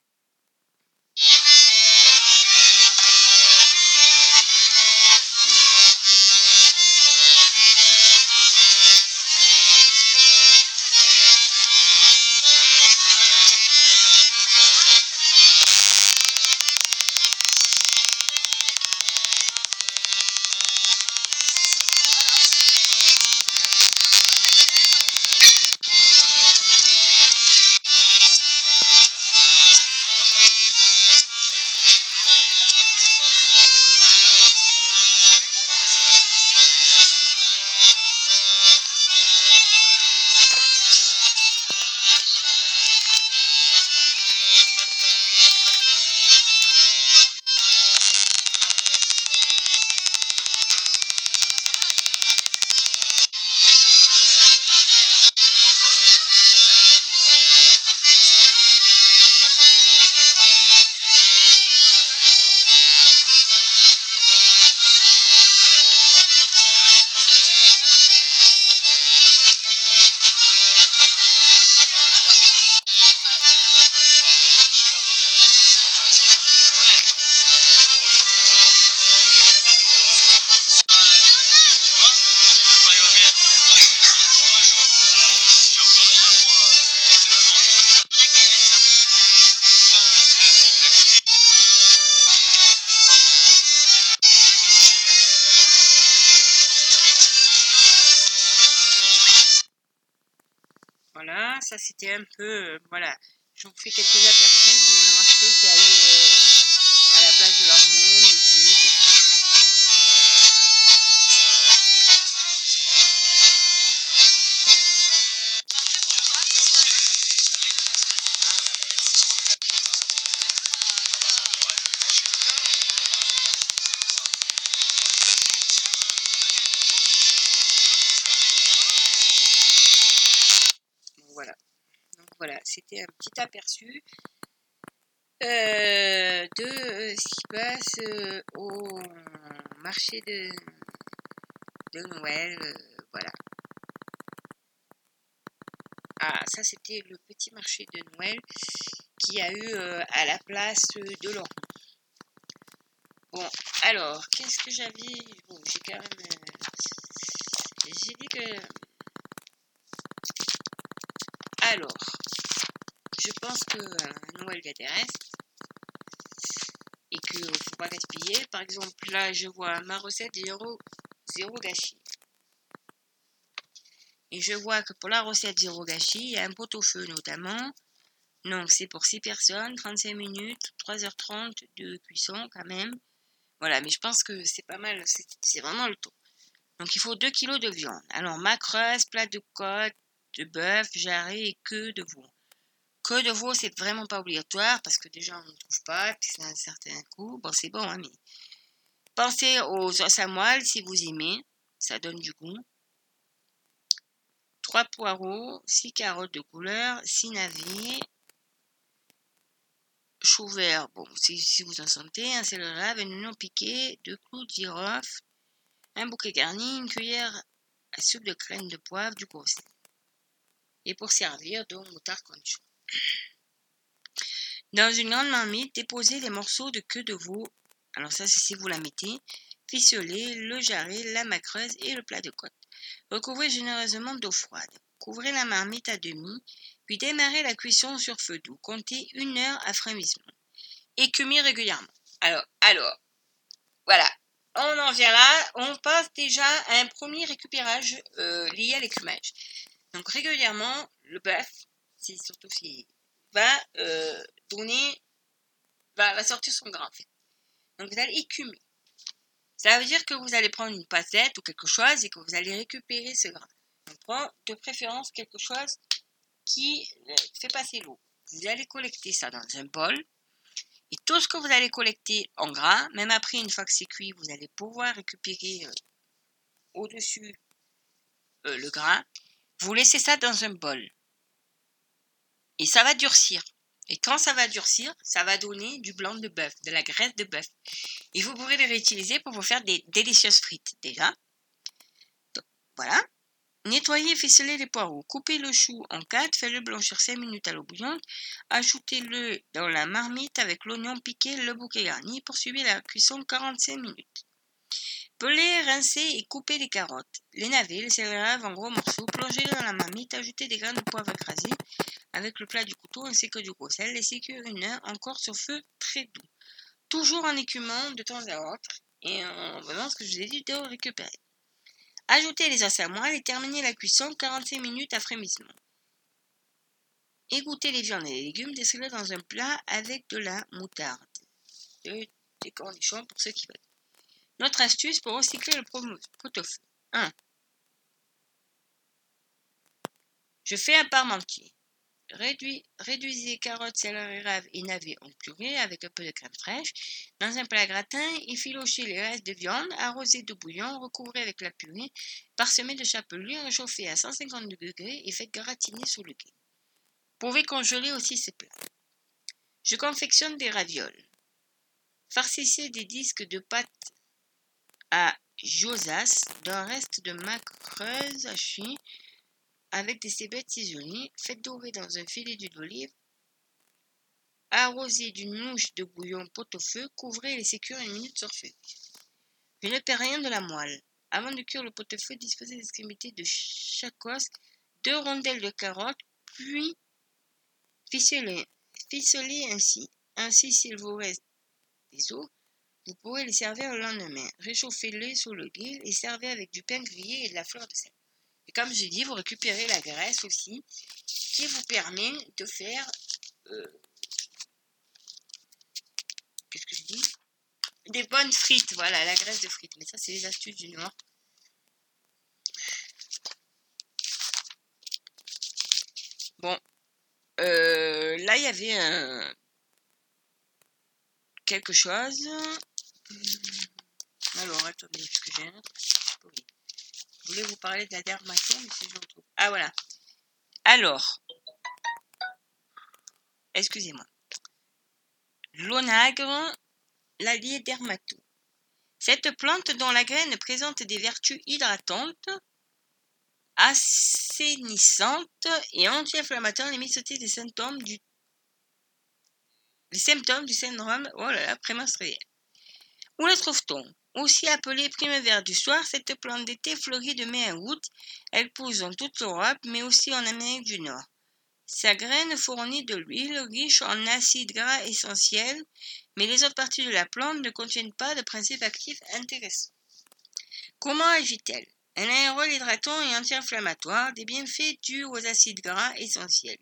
Voilà, ça c'était un peu, voilà, j'en fais quelques aperçus du marché qu'il y a eu à la place de l'Hormone ici. Voilà, donc voilà, c'était un petit aperçu de ce qui passe au marché de Noël, voilà. Ah, ça c'était le petit marché de Noël qu'il y a eu à la place de l'Orme. Bon, alors, qu'est-ce que j'avais... Bon, j'ai quand même... j'ai dit que... Alors, je pense que Noël il y a des restes et qu'il ne faut pas gaspiller. Par exemple, là, je vois ma recette zéro gâchis. Et je vois que pour la recette zéro gâchis, il y a un pot-au-feu notamment. Donc, c'est pour 6 personnes, 35 minutes, 3h30 de cuisson quand même. Voilà, mais je pense que c'est pas mal, c'est vraiment le taux. Donc, il faut 2 kg de viande. Alors, macreuse, plat de côte, de bœuf, jarret et queue de veau. Queue de veau, c'est vraiment pas obligatoire parce que déjà on ne trouve pas, puis c'est un certain coût. Bon, c'est bon, hein, mais pensez aux os à moelle si vous aimez, ça donne du goût. 3 poireaux, 6 carottes de couleur, 6 navets, chou vert, bon, si vous en sentez, un céleri rave, un oignon piqué, 2 clous de girofle, un bouquet garni, une cuillère à soupe de crème de poivre, du gros sel. Et pour servir, donc moutarde conchou. Dans une grande marmite, déposez les morceaux de queue de veau. Alors ça, c'est si vous la mettez. Ficelez, le jarret, la macreuse et le plat de côte. Recouvrez généreusement d'eau froide. Couvrez la marmite à demi, puis démarrez la cuisson sur feu doux. Comptez 1 heure à frémissement. Écumez régulièrement. Alors, voilà. On en vient là. On passe déjà à un premier récupérage lié à l'écumage. Donc régulièrement, le bœuf, surtout s'il va va sortir son gras en fait. Donc vous allez écumer. Ça veut dire que vous allez prendre une passette ou quelque chose et que vous allez récupérer ce gras. On prend de préférence quelque chose qui fait passer l'eau. Vous allez collecter ça dans un bol. Et tout ce que vous allez collecter en gras, même après une fois que c'est cuit, vous allez pouvoir récupérer au-dessus le gras. Vous laissez ça dans un bol. Et ça va durcir. Et quand ça va durcir, ça va donner du blanc de bœuf, de la graisse de bœuf. Et vous pourrez les réutiliser pour vous faire des délicieuses frites, déjà. Donc, voilà. Nettoyez et ficelez les poireaux. Coupez le chou en 4, faites-le blanchir 5 minutes à l'eau bouillante. Ajoutez-le dans la marmite avec l'oignon piqué, le bouquet garni. Poursuivez la cuisson 45 minutes. Pelez, rincez et coupez les carottes, les navets, les céleri en gros morceaux. Plongez-les dans la marmite. Ajoutez des grains de poivre écrasés avec le plat du couteau ainsi que du gros sel. Laissez cuire 1 heure encore sur feu très doux. Toujours en écumant de temps à autre et en faisant ce que je vous ai dit de récupérer. Ajoutez les os à moelle et terminez la cuisson 45 minutes à frémissement. Égouttez les viandes et les légumes, desservez dans un plat avec de la moutarde. Des cornichons pour ceux qui veulent. Notre astuce pour recycler le pot-au-feu. 1. Je fais un parmentier. Réduisez carottes, céleri rave et navets en purée avec un peu de crème fraîche. Dans un plat gratin, efficacez les restes de viande, arrosez de bouillon, recouvrez avec la purée, parsemez de chapelure, réchauffez à 150 degrés et faites gratiner sous le guet. Vous pouvez congeler aussi ces plats. Je confectionne des ravioles. Farcissez des disques de pâte à gyozas d'un reste de macreuse hachée avec des cébettes ciselées. Faites dorer dans un filet d'huile d'olive. Arrosez d'une mouche de bouillon pot-au-feu, couvrez et laissez cuire 1 minute sur feu. Je ne perds rien de la moelle. Avant de cuire le pot-au-feu, disposez les extrémités de chaque os, 2 rondelles de carottes, puis ficelez ainsi. Ainsi, s'il vous reste des os, vous pourrez les servir le lendemain. Réchauffez-les sous le grill et servez avec du pain grillé et de la fleur de sel. Et comme je dis, vous récupérez la graisse aussi, qui vous permet de faire... qu'est-ce que je dis ? Des bonnes frites, voilà, la graisse de frites. Mais ça, c'est les astuces du Nord. Bon, là, il y avait quelque chose. Alors, attendez, parce que j'ai un autre. Oui. Je voulais vous parler de la dermato, mais si je retrouve. Ah, voilà. Alors, excusez-moi. L'onagre, l'allié dermato. Cette plante dont la graine présente des vertus hydratantes, assainissantes et anti-inflammatoires limite des symptômes du syndrome prémenstruel. Où la trouve-t-on ? Aussi appelée primevère du soir, cette plante d'été fleurit de mai à août. Elle pousse dans toute l'Europe, mais aussi en Amérique du Nord. Sa graine fournit de l'huile riche en acides gras essentiels, mais les autres parties de la plante ne contiennent pas de principes actifs intéressants. Comment agit-elle ? Un aérole hydratant et anti-inflammatoire, des bienfaits dus aux acides gras essentiels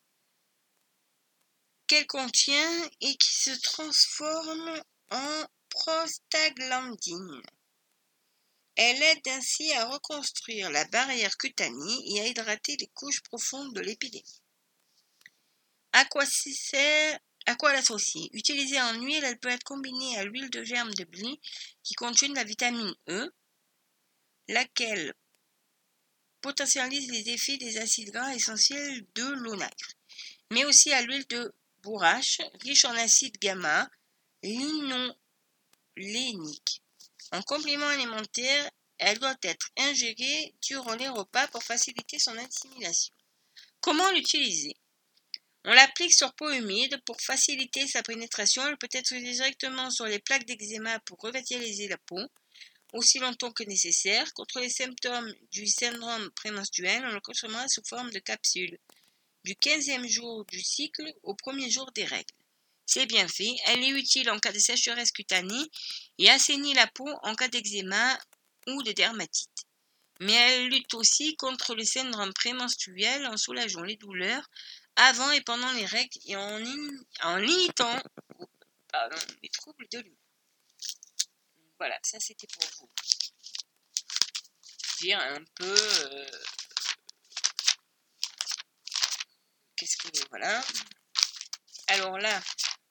qu'elle contient et qui se transforment en prostaglandine. Elle aide ainsi à reconstruire la barrière cutanée et à hydrater les couches profondes de l'épiderme. À quoi l'associer? Utilisée en huile, elle peut être combinée à l'huile de germe de blé qui contient de la vitamine E, laquelle potentialise les effets des acides gras essentiels de l'onagre, mais aussi à l'huile de bourrache, riche en acide gamma-linolénique. En complément alimentaire, elle doit être ingérée durant les repas pour faciliter son assimilation. Comment l'utiliser? On l'applique sur peau humide pour faciliter sa pénétration. Elle peut être utilisée directement sur les plaques d'eczéma pour revitaliser la peau, aussi longtemps que nécessaire. Contre les symptômes du syndrome prémenstruel, on le consommera sous forme de capsule, du 15e jour du cycle au premier jour des règles. C'est bien fait, elle est utile en cas de sécheresse cutanée et assainit la peau en cas d'eczéma ou de dermatite. Mais elle lutte aussi contre le syndrome prémenstruel en soulageant les douleurs avant et pendant les règles et en limitant les troubles de l'humeur. Voilà, ça c'était pour vous dire un peu voilà. Alors là,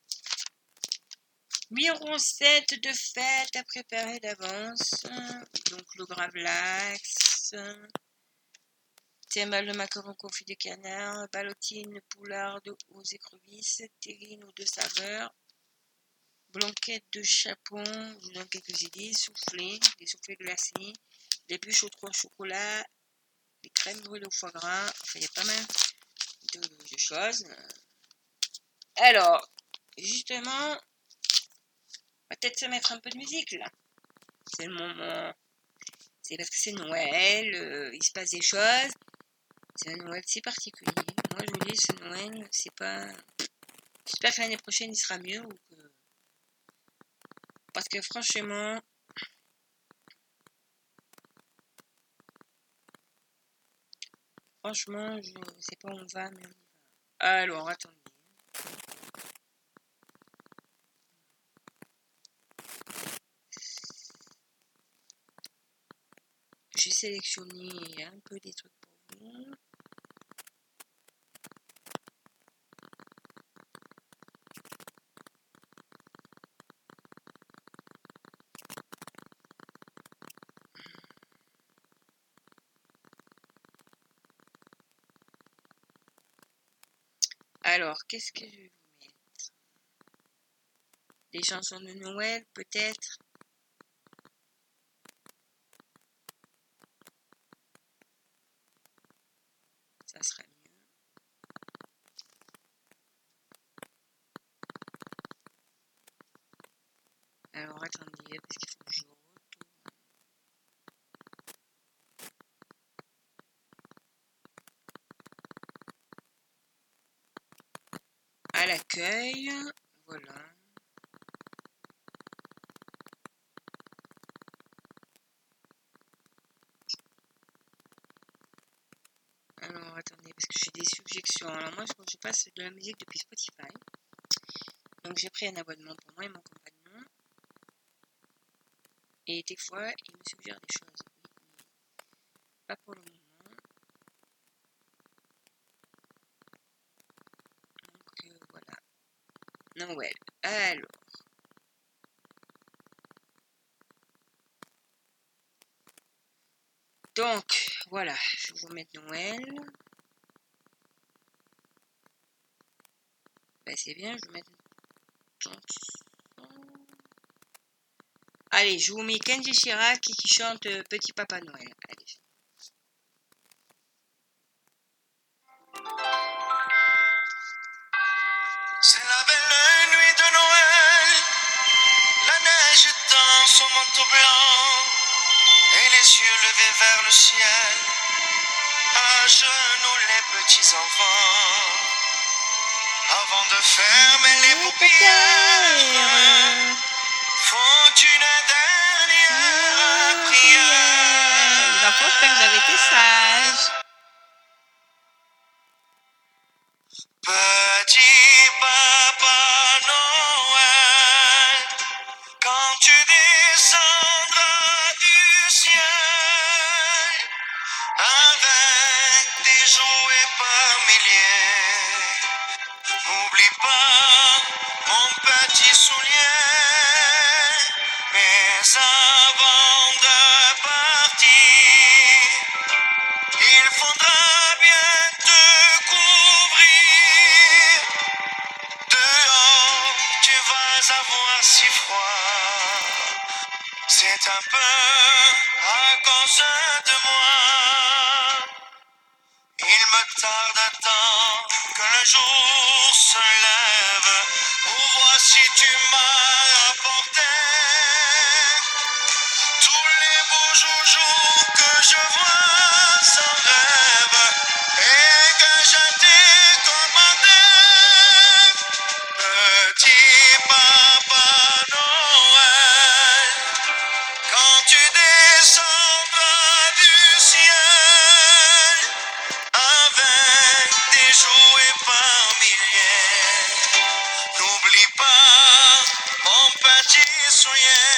8 recettes de fête à préparer d'avance. Donc le gravlax, timbale de macaron confit de canard, ballotine, poularde aux écrevisses, terrine aux 2 saveurs, blanquette de chapon, je vous donne quelques idées, des soufflés glacés, des bûches aux 3 chocolats, des crèmes brûlées au foie gras, enfin il y a pas mal de choses. Alors, justement, on va peut-être se mettre un peu de musique là. C'est le moment. C'est parce que c'est Noël, il se passe des choses. C'est un Noël si particulier. Moi je vous dis, ce Noël, c'est pas. J'espère que l'année prochaine il sera mieux. Parce que franchement. Franchement, je sais pas où on va, mais on y va. Alors, attendez. J'ai sélectionné un peu des trucs pour vous. Alors, qu'est-ce que je vais vous mettre? Des chansons de Noël, peut-être? Ça serait mieux. Alors, attendez, parce qu'il faut que je retourne. À l'accueil, voilà. Alors, attendez, parce que j'ai des suggestions. Alors, moi, je passe de la musique depuis Spotify. Donc, j'ai pris un abonnement pour moi et mon compagnon. Et des fois, il me suggère des choses. Oui, mais pas pour le moment. Donc, voilà. Noël. Alors. Donc, voilà. Je vais vous mettre Noël. Ben, c'est bien, je vais mettre une chanson. Allez, je vous mets Kenji Chirac qui chante Petit Papa Noël. Allez. C'est la belle nuit de Noël, la neige étend son manteau blanc, et les yeux levés vers le ciel, à genoux les petits enfants, avant de fermer les paupières, font une dernière prière. Les enfants, j'espère que vous avez été sages. Petit Papa Noël, quand tu descendras du ciel avec des jouets par milliers. N'oublie pas mon petit soulier, mais avant de partir, il faudra bien te couvrir. Dehors, tu vas avoir si froid. C'est un peu à cause de moi. Il me tarde tant que le jour se lève pour voir si tu m'as apporté tous les beaux joujoux que je vois en rêve et que je t'ai commandé. Petit Papa Noël, quand tu descendras du ciel avec des jouets par milliers, n'oublie pas mon petit soulier.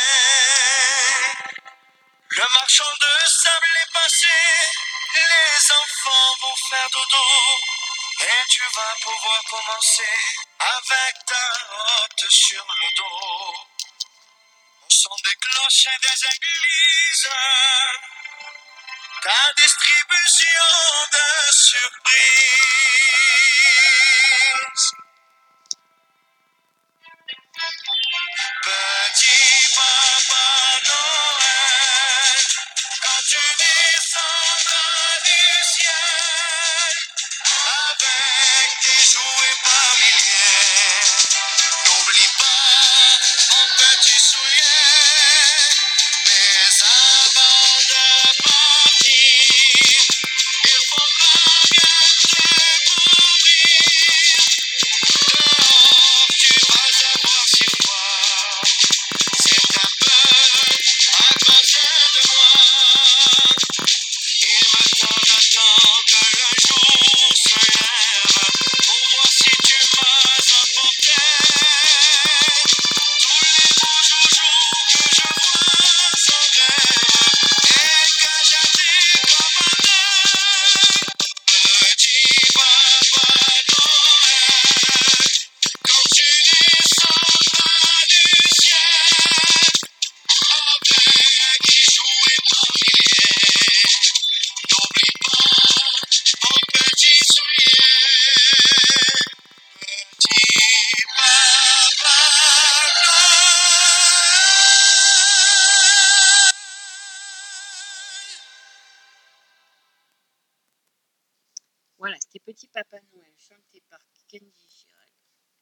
Le marchand de sable est passé, les enfants vont faire dodo, et tu vas pouvoir commencer avec ta hotte sur le dos. Au son des cloches et des églises, ta distribution de surprises. Petit Papa Noël, quand tu descendras du ciel avec des jouets par milliers, n'oublie pas mon petit soulier, mais avant de partir, il faudra bien te couvrir. Dehors, tu vas avoir si froid. C'est un peu à cause de moi. Il me tarde tant que le jour se lève pour voir si tu m'as apporté tous les beaux joujoux que je vois en rêve et que je t'ai commandé. Petit Papa Noël, quand tu descendras du ciel avec des jouets par milliers, n'oublie pas mon petit soulier. Petit Papa Noël. Voilà, c'était Petit Papa Noël, chanté par Kenji Girac.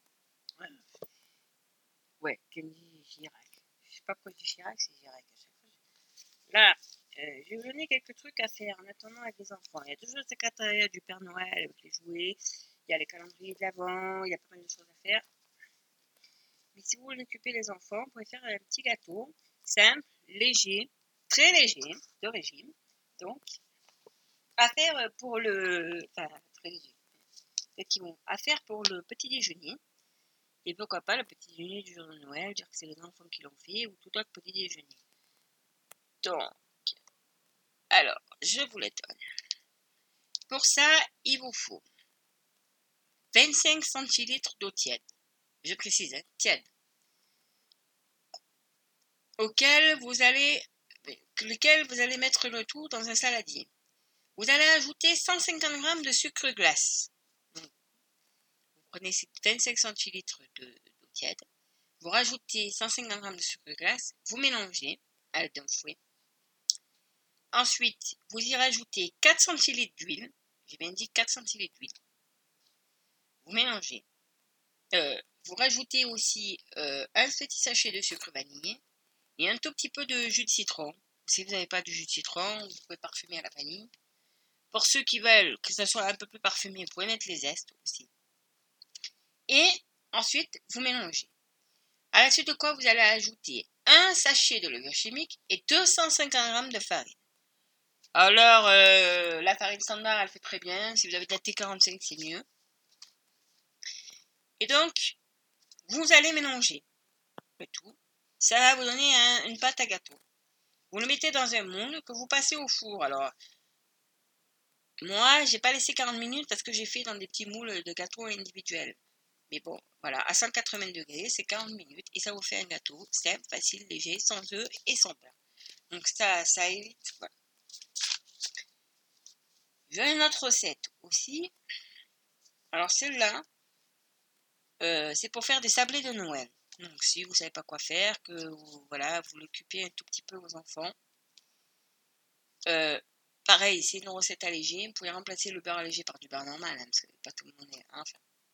Ouais, Kenji Girac. Je sais pas pourquoi je dis Chirac, c'est Girac à chaque fois. Là, je vais vous donner quelques trucs à faire en attendant avec les enfants. Il y a toujours le secrétariat du Père Noël avec les jouets, il y a les calendriers de l'Avent, il y a pas mal de choses à faire. Mais si vous voulez occuper les enfants, vous pouvez faire un petit gâteau simple, léger, très léger, de régime. Donc, à faire pour le... Enfin, très léger. Effectivement, à faire pour le petit déjeuner. Et pourquoi pas le petit déjeuner du jour de Noël, dire que c'est les enfants qui l'ont fait, ou tout autre petit déjeuner. Donc, alors, je vous les donne. Pour ça, il vous faut 25 centilitres d'eau tiède. Je précise, hein, tiède. Lequel vous allez mettre le tout dans un saladier. Vous allez ajouter 150 g de sucre glace. Donc, vous prenez ces 25 centilitres d'eau tiède, vous rajoutez 150 g de sucre glace, vous mélangez avec un fouet. Ensuite, vous y rajoutez 4 centilitres d'huile. J'ai bien dit 4 centilitres d'huile. Vous mélangez. Vous rajoutez aussi un petit sachet de sucre vanillé et un tout petit peu de jus de citron. Si vous n'avez pas de jus de citron, vous pouvez parfumer à la vanille. Pour ceux qui veulent que ça soit un peu plus parfumé, vous pouvez mettre les zestes aussi. Et ensuite, vous mélangez. À la suite de quoi, vous allez ajouter un sachet de levure chimique et 250 g de farine. Alors, la farine standard, elle fait très bien. Si vous avez de la T45, c'est mieux. Et donc, vous allez mélanger le tout. Ça va vous donner une pâte à gâteau. Vous le mettez dans un moule que vous passez au four. Alors, moi, j'ai pas laissé 40 minutes parce que j'ai fait dans des petits moules de gâteaux individuels. Mais bon, voilà, à 180 degrés, c'est 40 minutes et ça vous fait un gâteau simple, facile, léger, sans œufs et sans pain. Donc ça évite. Voilà. J'ai une autre recette aussi. Alors celle-là, c'est pour faire des sablés de Noël. Donc si vous ne savez pas quoi faire, que voilà, vous l'occupez un tout petit peu vos enfants. Pareil, c'est une recette allégée. Vous pouvez remplacer le beurre allégé par du beurre normal, hein, parce que pas tout le monde est. Enfin.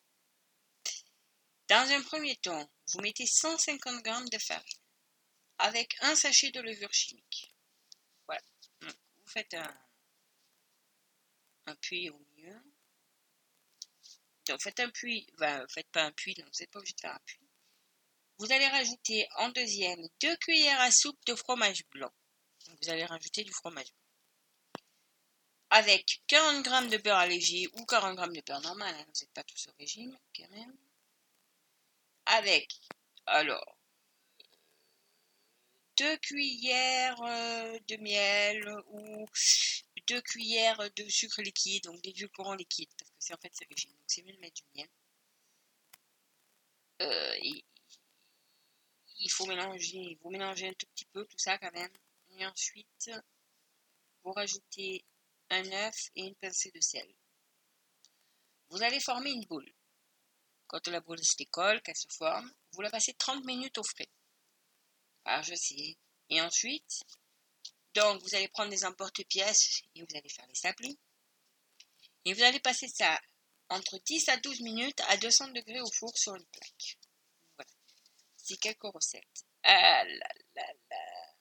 Dans un premier temps, vous mettez 150 g de farine avec un sachet de levure chimique. Voilà. Donc, vous faites un puits au milieu. Donc faites un puits, faites pas un puits, donc vous n'êtes pas obligé de faire un puits. Vous allez rajouter en deuxième 2 cuillères à soupe de fromage blanc. Donc vous allez rajouter du fromage blanc. Avec 40 g de beurre allégé ou 40 g de beurre normal, hein, vous n'êtes pas tous au régime quand même. Avec, alors, 2 cuillères de miel ou 2 cuillères de sucre liquide, donc d'édulcorant liquide, parce que c'est en fait c'est régime, donc c'est mieux de mettre du miel. Il faut mélanger, vous mélangez un tout petit peu tout ça quand même, et ensuite vous rajoutez un œuf et une pincée de sel. Vous allez former une boule. Quand la boule se décolle, qu'elle se forme, vous la passez 30 minutes au frais. Ah, je sais. Et ensuite, donc vous allez prendre des emporte-pièces et vous allez faire les sablés. Et vous allez passer ça entre 10 à 12 minutes à 200 degrés au four sur une plaque. Voilà. C'est quelques recettes. Ah là là là.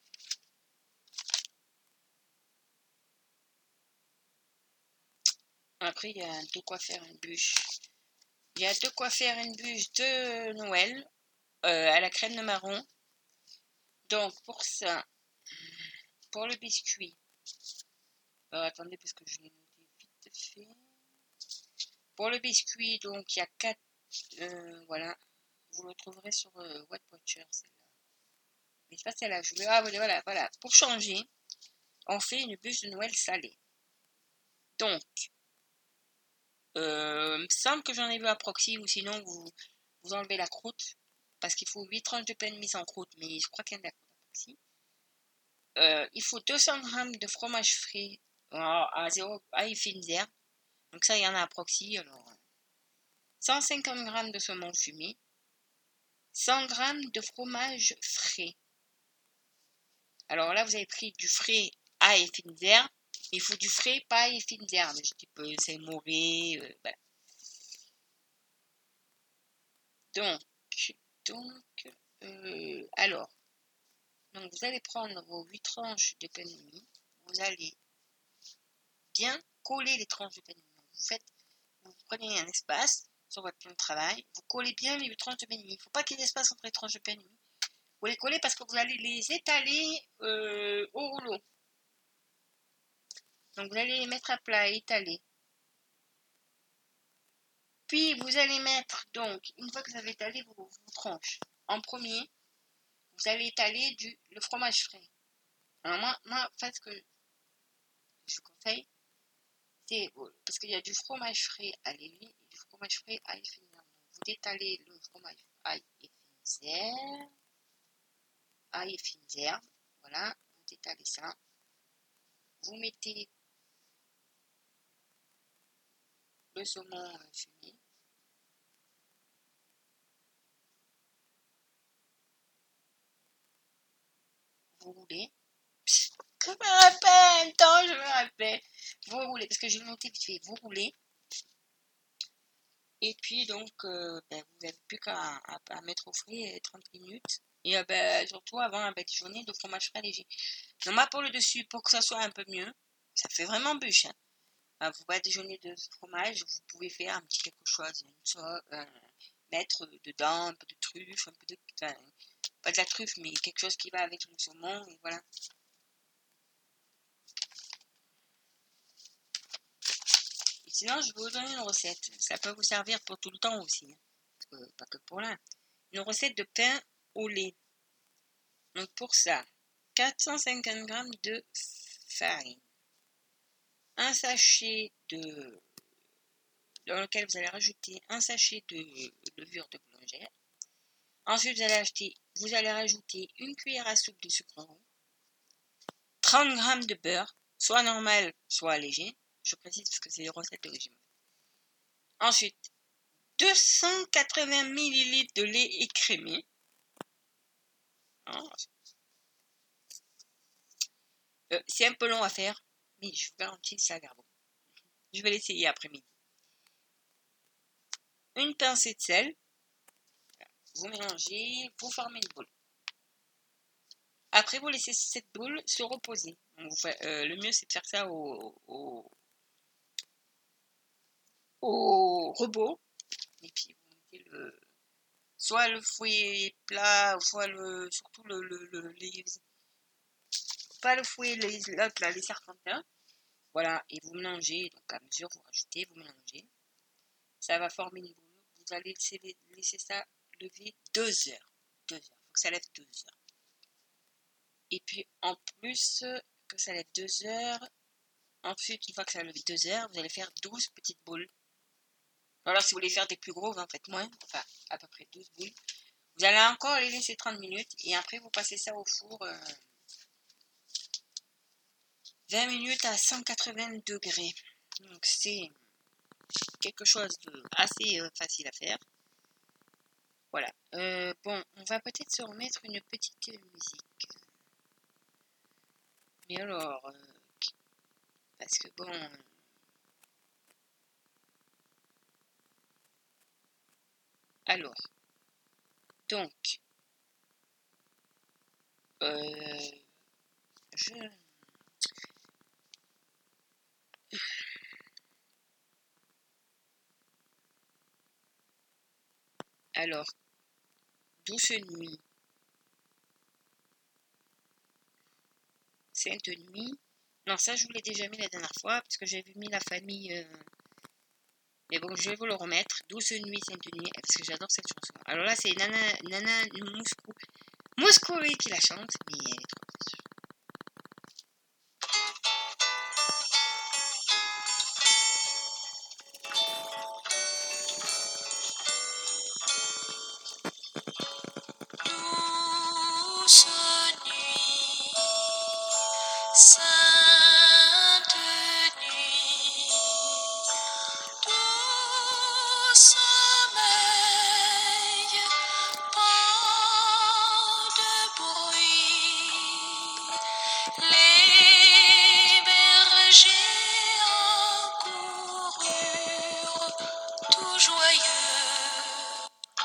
Après, il y a de quoi faire une bûche. Il y a de quoi faire une bûche de Noël à la crème de marron. Donc, pour ça, pour le biscuit, attendez, parce que je l'ai noté vite fait. Pour le biscuit, donc, il y a 4, voilà, vous le trouverez sur What Watcher, celle-là. Mais c'est pas celle-là, je voulais, voilà. Pour changer, on fait une bûche de Noël salée. Donc, il me semble que j'en ai vu à Proxy, ou sinon, vous enlevez la croûte, parce qu'il faut 8 tranches de pain de mie sans croûte, mais je crois qu'il y a de la croûte à Proxy. Il faut 200 g de fromage frais à effet d'herbe. Donc ça, il y en a à Proxy. Alors, 150 g de saumon fumé. 100 g de fromage frais. Alors là, vous avez pris du frais à effet d'herbe. Il faut du frais, pas à effet d'herbe. Type Saint-Mauré. Voilà. Alors, donc vous allez prendre vos 8 tranches de pain de mie. Vous allez bien coller les tranches de pain de mie. Vous prenez un espace sur votre plan de travail, vous collez bien les 8 tranches de pain de mie. Il ne faut pas qu'il y ait d'espace entre les tranches de pain de mie. Vous les collez parce que vous allez les étaler au rouleau. Donc vous allez les mettre à plat et étaler. Puis vous allez mettre, donc, une fois que vous avez étalé vos tranches, en premier, vous allez étaler le fromage frais. Alors moi, en fait, ce que je vous conseille, c'est, parce qu'il y a du fromage frais à l'évier et du fromage frais à effet de serre. Vous étalez le fromage à effet de serre, voilà, vous étalez ça. Vous mettez le saumon fumé. Vous roulez. Je me rappelle, vous roulez, parce que j'ai noté vite fait, vous roulez. Et puis donc, vous n'avez plus qu'à mettre au frais 30 minutes. Et surtout avant un badigeonné de fromage frais léger. Donc moi pour le dessus, pour que ça soit un peu mieux, ça fait vraiment bûche. Hein. Vous badigeonnez de fromage, vous pouvez faire un petit quelque chose, mettre dedans un peu de truffe, un peu de... Enfin, pas de la truffe, mais quelque chose qui va avec le saumon, et voilà. Et sinon, je vais vous donner une recette. Ça peut vous servir pour tout le temps aussi. Hein. Pas que pour là. Une recette de pain au lait. Donc pour ça, 450 g de farine, un sachet dans lequel vous allez rajouter un sachet de levure de boulangère. Ensuite, vous allez rajouter une cuillère à soupe de sucre roux, 30 g de beurre, soit normal, soit léger. Je précise parce que c'est des recettes de régime. Ensuite, 280 ml de lait écrémé. C'est un peu long à faire, mais je vous garantis que ça a l'air bon. Je vais l'essayer après-midi. Une pincée de sel. Vous mélangez, vous formez une boule. Après, vous laissez cette boule se reposer. Donc, le mieux, c'est de faire ça au robot. Et puis, vous mettez soit le fouet plat, soit surtout pas le fouet, les serpentins. Voilà, et vous mélangez. Donc, à mesure, vous rajoutez, vous mélangez. Ça va former une boule. Vous allez laisser ça lever 2 heures. 2 heures. Il faut que ça lève 2 heures. Et puis, en plus que ça lève 2 heures, ensuite, une fois que ça lève 2 heures, vous allez faire 12 petites boules. Alors, si vous voulez faire des plus gros, vous en faites moins. Enfin, à peu près 12 boules. Vous allez encore les laisser 30 minutes. Et après, vous passez ça au four 20 minutes à 180 degrés. Donc, c'est quelque chose de assez facile à faire. Voilà. Bon, on va peut-être se remettre une petite musique. Mais alors, parce que bon... Alors, donc, Alors, Douce Nuit, Sainte Nuit. Non, ça je vous l'ai déjà mis la dernière fois, parce que j'avais mis la famille... Mais bon, je vais vous le remettre. Douce Nuit, Sainte Nuit, parce que j'adore cette chanson. Alors là, c'est Nana Mouskouri qui la chante, mais elle est trop douce. Douce nuit, sainte nuit, doux sommeil, pas de bruit, les bergers accoururent tout joyeux.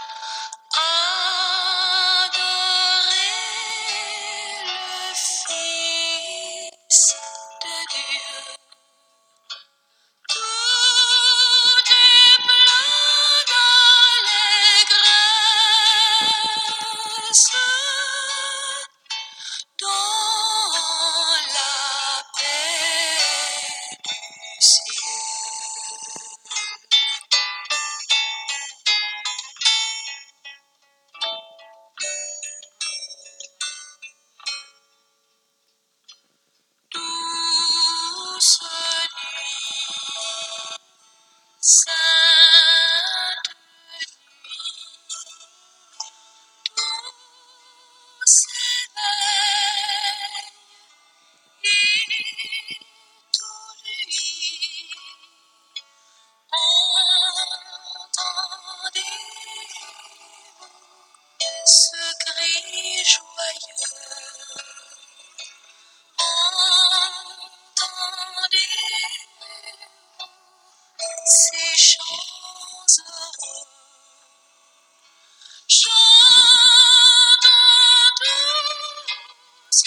Adorer le Fils de Dieu. Tout est plein d'allégresse dans la paix du ciel. Douce nuit, sainte nuit, douce éveil, inouï. Entendez-vous ce cri joyeux? Entendez-vous ces chants heureux? Chantons tous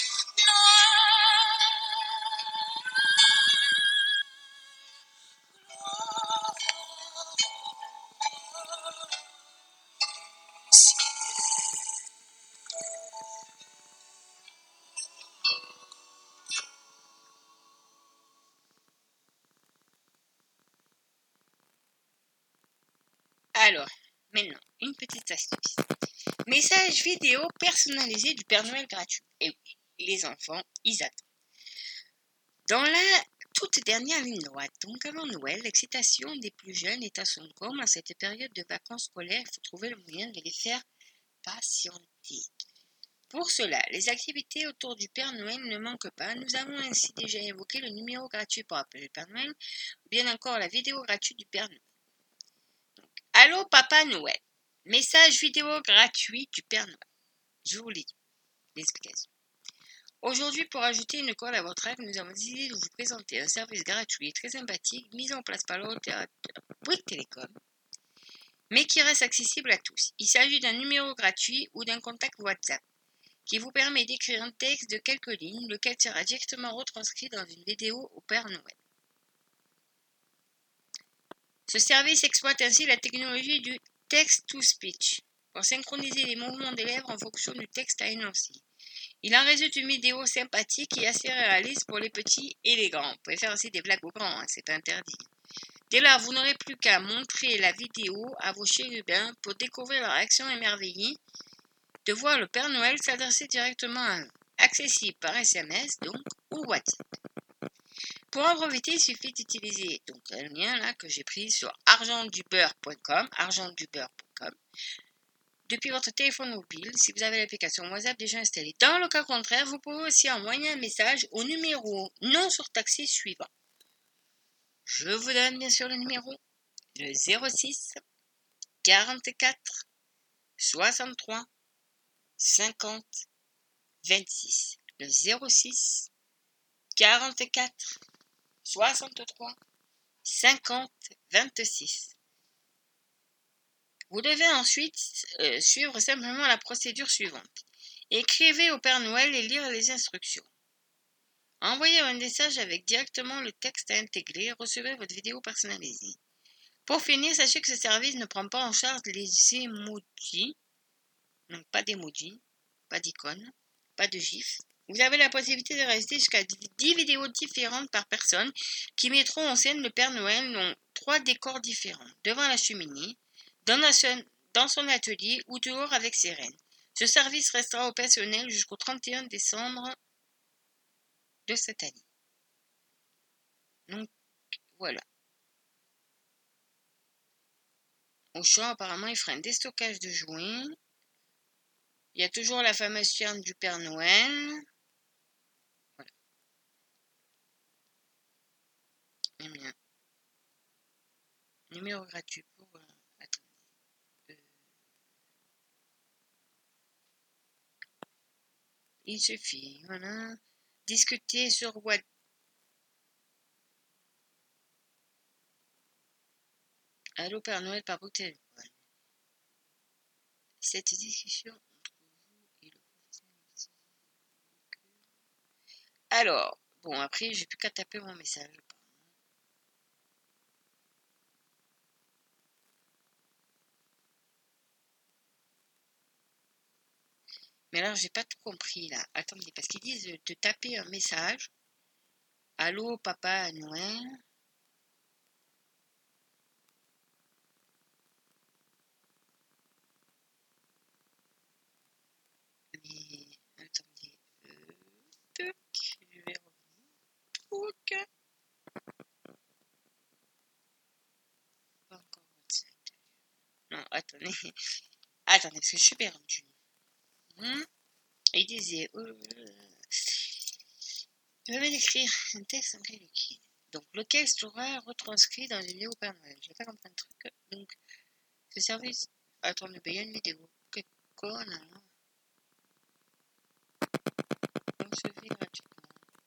Alors, maintenant, une petite astuce. Message vidéo personnalisé du Père Noël gratuit. Et les enfants, ils attendent. Dans la toute dernière ligne droite, donc avant Noël, l'excitation des plus jeunes est à son comble. En cette période de vacances scolaires, il faut trouver le moyen de les faire patienter. Pour cela, les activités autour du Père Noël ne manquent pas. Nous avons ainsi déjà évoqué le numéro gratuit pour appeler le Père Noël, ou bien encore la vidéo gratuite du Père Noël. Donc, allô Papa Noël, message vidéo gratuit du Père Noël. Je vous lis l'explication. Aujourd'hui, pour ajouter une corde à votre rêve, nous avons décidé de vous présenter un service gratuit et très sympathique mis en place par l'opérateur Bouygues Télécom, mais qui reste accessible à tous. Il s'agit d'un numéro gratuit ou d'un contact WhatsApp qui vous permet d'écrire un texte de quelques lignes, lequel sera directement retranscrit dans une vidéo au Père Noël. Ce service exploite ainsi la technologie du text-to-speech pour synchroniser les mouvements des lèvres en fonction du texte à énoncer. Il en résulte une vidéo sympathique et assez réaliste pour les petits et les grands. Vous pouvez faire aussi des blagues aux grands, hein, c'est pas interdit. Dès lors, vous n'aurez plus qu'à montrer la vidéo à vos chérubins pour découvrir leur réaction émerveillée de voir le Père Noël s'adresser directement à eux. Accessible par SMS donc ou WhatsApp. Pour en profiter, il suffit d'utiliser donc le lien là que j'ai pris sur argentdubeurre.com, depuis votre téléphone mobile, si vous avez l'application WhatsApp déjà installée. Dans le cas contraire, vous pouvez aussi envoyer un message au numéro non surtaxé suivant. Je vous donne bien sûr le numéro, le 06 44 63 50 26. Le 06 44 63 50 26. Vous devez ensuite suivre simplement la procédure suivante. Écrivez au Père Noël et lire les instructions. Envoyez un message avec directement le texte à intégrer et recevez votre vidéo personnalisée. Pour finir, sachez que ce service ne prend pas en charge les emojis, donc pas d'emojis, pas d'icônes, pas de gifs. Vous avez la possibilité de réaliser jusqu'à 10 vidéos différentes par personne qui mettront en scène le Père Noël dans 3 décors différents, devant la cheminée, dans son atelier ou dehors avec ses reines. Ce service restera opérationnel jusqu'au 31 décembre de cette année. Donc, voilà. Auchan, apparemment, il fera un déstockage de jouets. Il y a toujours la fameuse ferme du Père Noël. Voilà. Eh bien. Numéro gratuit pour... il suffit, voilà. Discuter sur WhatsApp. Allô Père Noël par téléphone. Cette discussion entre vous et le professionnel. Alors, bon, après, j'ai plus qu'à taper mon message. Mais alors, j'ai pas tout compris là. Attendez, parce qu'ils disent de taper un message. Allô, Papa Noël. Mais, attendez. Je vais revenir. Ok. Pas encore WhatsApp. Non, attendez. Attendez, parce que je suis perdue. Il disait... je vais écrire un texte en cliquet. Donc, lequel sera retranscrit dans une vidéo Père Noël. J'ai pas compris un truc. Donc, ce service... Attendez, il y a une vidéo. Que con, là. Donc, je fais gratuitement.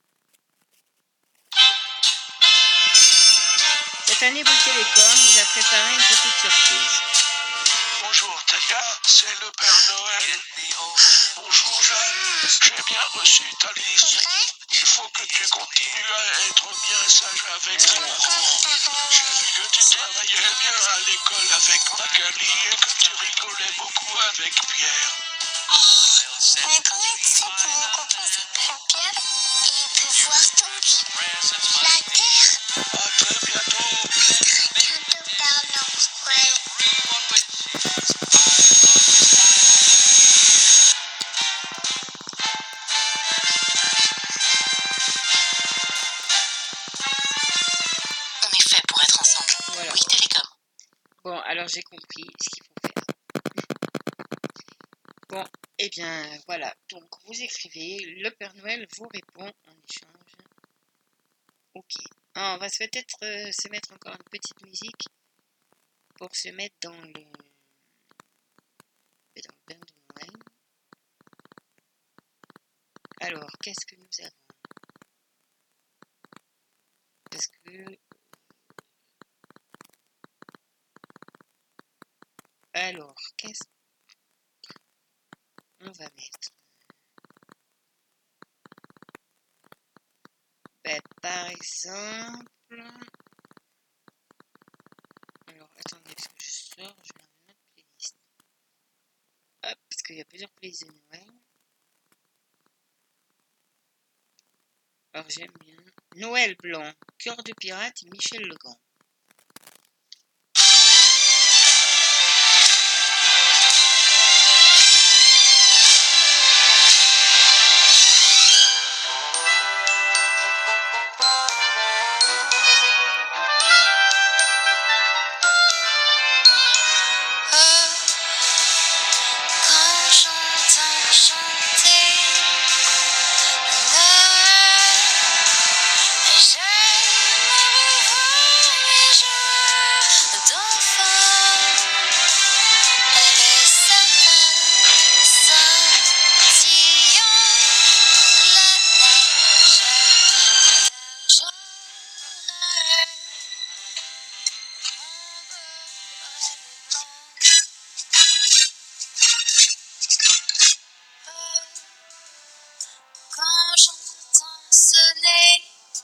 Cette année, Bouygues Télécom nous a préparé une petite surprise. Bonjour Taya, c'est le Père Noël. Bonjour Jeanne, j'ai bien reçu ta liste. Il faut que tu continues à être bien sage avec ton cours. J'ai vu que tu travaillais bien à l'école avec Magali et que tu rigolais beaucoup avec Pierre. Mais comment tu sais que mon copain s'appelle Pierre et il peut voir donc la Terre? À très bientôt. Bientôt, Père Noël. Bon, alors j'ai compris ce qu'il faut faire. Bon, eh bien, voilà. Donc, vous écrivez, le Père Noël vous répond en échange. Ok. Ah, on va peut-être se mettre encore une petite musique pour se mettre dans le bain de Noël. Alors, qu'est-ce que nous avons? Parce que... Alors, qu'est-ce qu'on va mettre? Ben, par exemple... Alors, attendez, est-ce que je sors? Je mets une autre playlist. Hop, parce qu'il y a plusieurs playlists de Noël. Alors, j'aime bien. Noël blanc, Cœur de pirate, Michel Legrand. Quand j'entends chanter Noël, j'aime revoir les joies d'enfant. Le sapin scintillant, la neige d'argent, Noël, mon beau rêve blanc. Quand j'entends sonner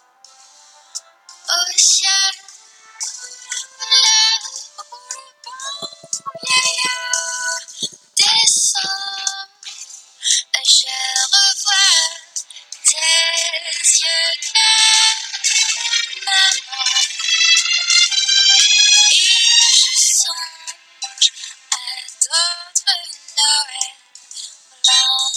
au ciel l'heure où le bon vieillard descend, je revois tes yeux clairs, maman, et je songe à d'autres Noëls blancs.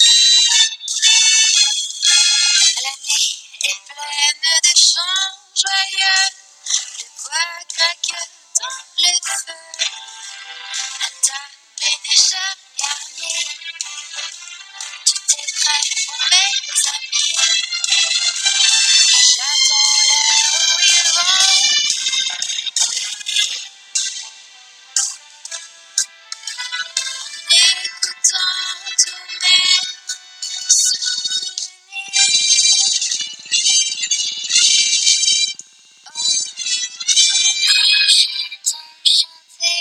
La nuit est pleine de chants joyeux, le bois craque dans le feu. La table est déjà garnie, tout est prêt pour mes amis. Et j'attends l'heure où ils vont venir. En écoutant tous mes souvenirs. Quand j'entends chanter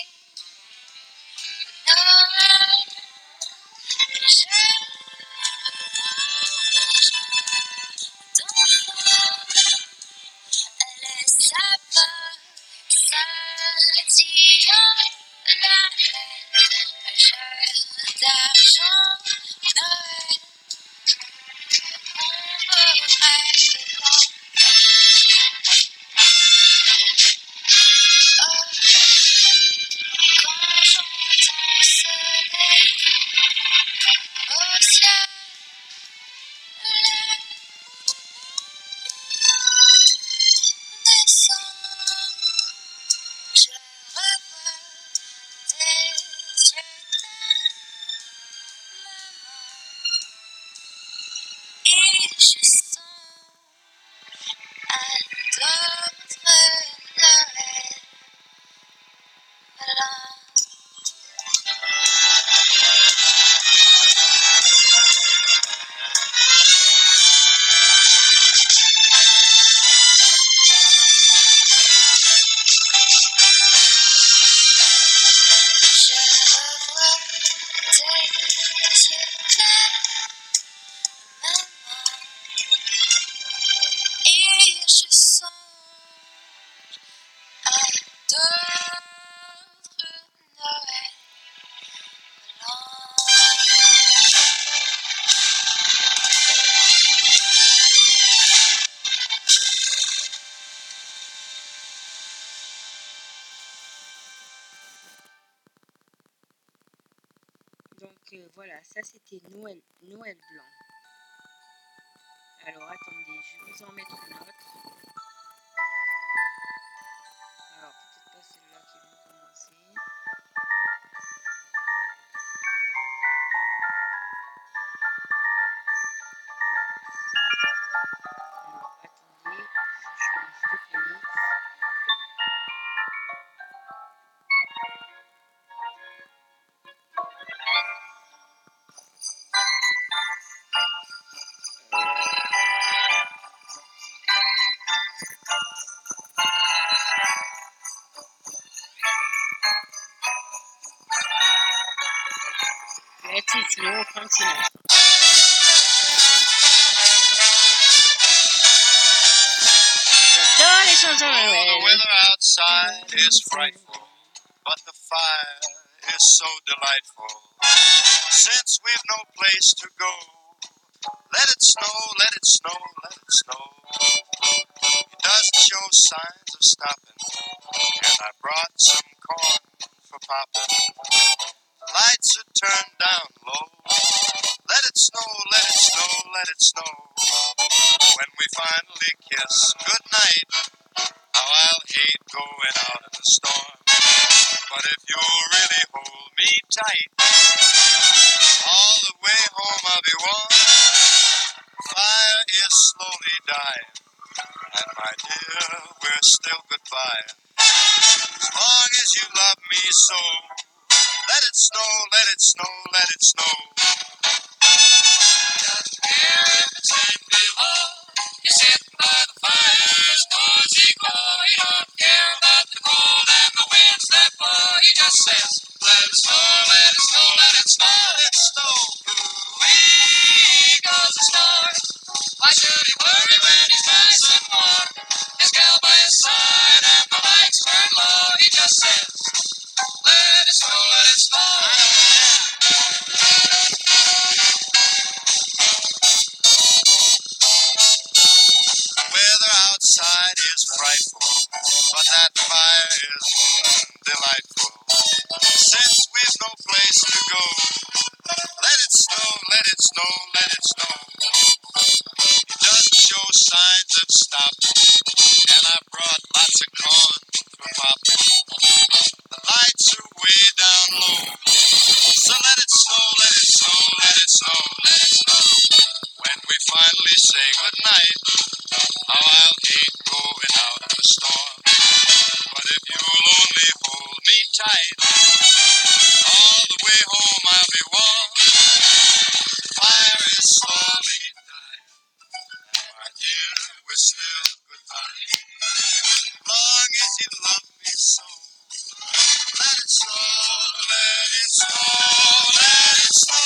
Noël, je d'enfant, le sapin scintillant, la neige d'argent, Noël, mon beau rêve blanc. Oh, quand j'entends sonner au ciel l'heure descend, je revois tes yeux clairs, maman, et je songe à d'autres Noëls blancs. Je revois tes yeux clairs, maman, et je songe à d'autres Noëls blancs. Donc, voilà, ça c'était Noël blanc. Alors, attendez, je vais vous en mettre une autre. Alors, peut-être pas celle-là qui vient de commencer. Frank Sinatra. J'adore les chansons de Oh, the Noël. weather outside is frightful, but the fire is so delightful. Since we've no place to go, let it snow, let it snow, let it snow. It doesn't show signs of stopping, and I brought some corn for popping. Lights are turned down low. Let it snow, let it snow, let it snow. When we finally kiss goodnight, how I'll hate going out in the storm. But if you'll really hold me tight, all the way home I'll be warm. Fire is slowly dying, and my dear, we're still goodbye. As long as you love me so, let it snow, let it snow, let it snow. Just hear him sing below. He's sitting by the fire's cozy glow. He don't care about the cold and the winds that blow. He just says, let it snow, let it snow, let it snow, let it snow. Ooh-wee goes the snow. Why should he worry when he's nice and warm? His gal by his side and the lights turn low. He just says, let it snow, let it snow. Weather outside is frightful, but that fire is delightful. Since we've no place to go, let it snow, let it snow, let it snow. It doesn't show signs of stopping, and I brought lots of corn for popping. The lights are way down low, so let it snow, let it snow, let it snow, let it snow. When we finally say goodnight, how I'll hate going out in the storm. But if you'll only hold me tight, all the way home I'll be warm. Fire is slowly dying, my dear, we're still goodbye. Long as you love me so, let it snow, let it snow, let it snow.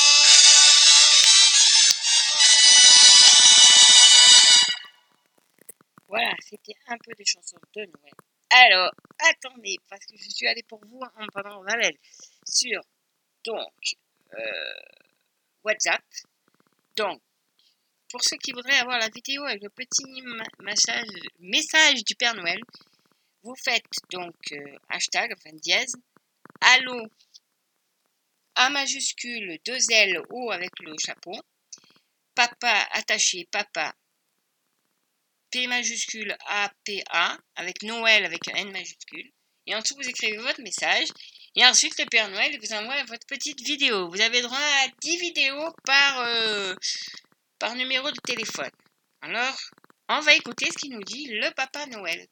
Voilà, c'était un peu des chansons de Noël. Alors, attendez, parce que je suis allée pour vous en parallèle sur donc WhatsApp. Donc, pour ceux qui voudraient avoir la vidéo avec le petit message du Père Noël, vous faites donc hashtag, enfin dièse, allo, A majuscule, 2 L, O avec le chapeau, papa attaché, papa, P majuscule A, P, A, avec Noël avec un N majuscule. Et en dessous, vous écrivez votre message. Et ensuite, le Père Noël vous envoie votre petite vidéo. Vous avez droit à 10 vidéos par numéro de téléphone. Alors, on va écouter ce qu'il nous dit le Papa Noël.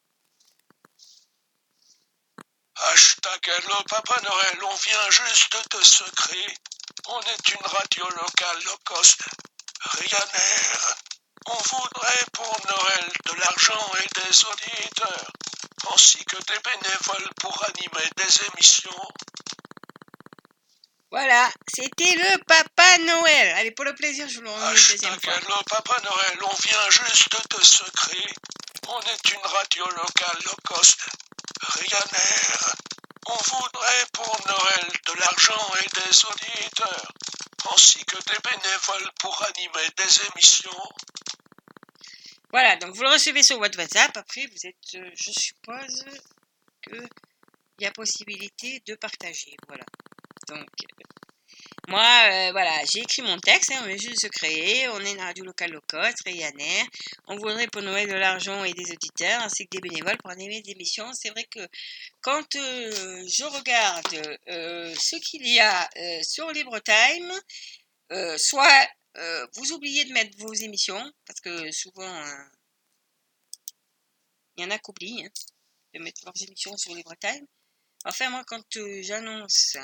Hashtag Hello Papa Noël, on vient juste de se créer. On est une radio locale low cost, Ryanair. On voudrait pour Noël de l'argent et des auditeurs, ainsi que des bénévoles pour animer des émissions. Voilà, c'était le Papa Noël. Allez, pour le plaisir, je vous le remets une deuxième Hashtag fois. Hello Papa Noël, on vient juste de se créer. On est une radio locale low cost, Ryanair. On voudrait pour Noël de l'argent et des auditeurs, ainsi que des bénévoles pour animer des émissions. Voilà, donc vous le recevez sur votre WhatsApp. Après, vous êtes, je suppose qu'il y a possibilité de partager. Voilà. Donc, moi, voilà, j'ai écrit mon texte. On vient juste de se créer. On est une radio locale low cost, Ryanair. On voudrait pour Noël de l'argent et des auditeurs, ainsi que des bénévoles pour animer des émissions. C'est vrai que quand je regarde ce qu'il y a sur LibreTime, soit vous oubliez de mettre vos émissions, parce que souvent, il y en a qui oublient de mettre leurs émissions sur LibreTime. Enfin, moi, quand j'annonce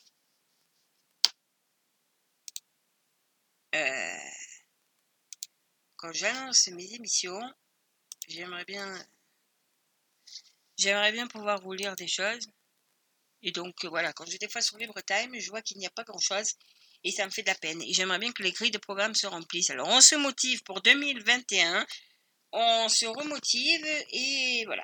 mes émissions, j'aimerais bien pouvoir vous lire des choses. Et donc, voilà, quand j'ai des fois sur LibreTime, je vois qu'il n'y a pas grand-chose. et ça me fait de la peine. Et j'aimerais bien que les grilles de programme se remplissent. Alors, on se motive pour 2021, on se remotive et voilà.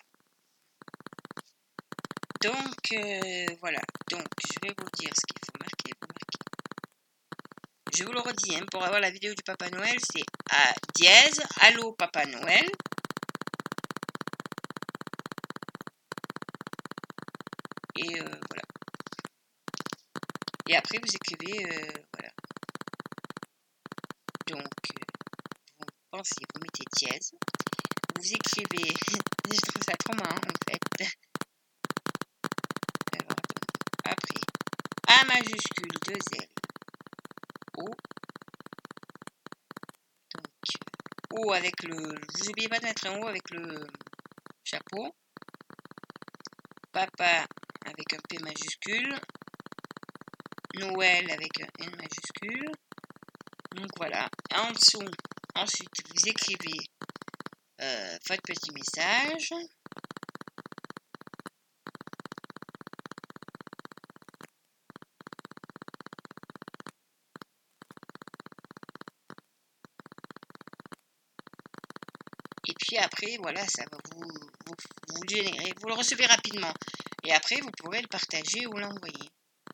Donc, voilà. Donc, je vais vous dire ce qu'il faut marquer. Je vous le redis, hein, pour avoir la vidéo du Papa Noël, c'est à dièse, allô Papa Noël. Et voilà. Et après, vous écrivez, voilà. Donc, vous pensez, vous mettez dièse. Vous écrivez, je trouve ça trop marrant en fait. Alors, après, A majuscule, 2 L, O. Donc, O avec le... Vous n'oubliez pas de mettre un O avec le chapeau. Papa avec un P majuscule. Noël avec un N majuscule. Donc voilà. En dessous, ensuite, vous écrivez votre petit message. Et puis après, voilà, ça va vous générer, vous le recevez rapidement. Et après, vous pourrez le partager ou l'envoyer.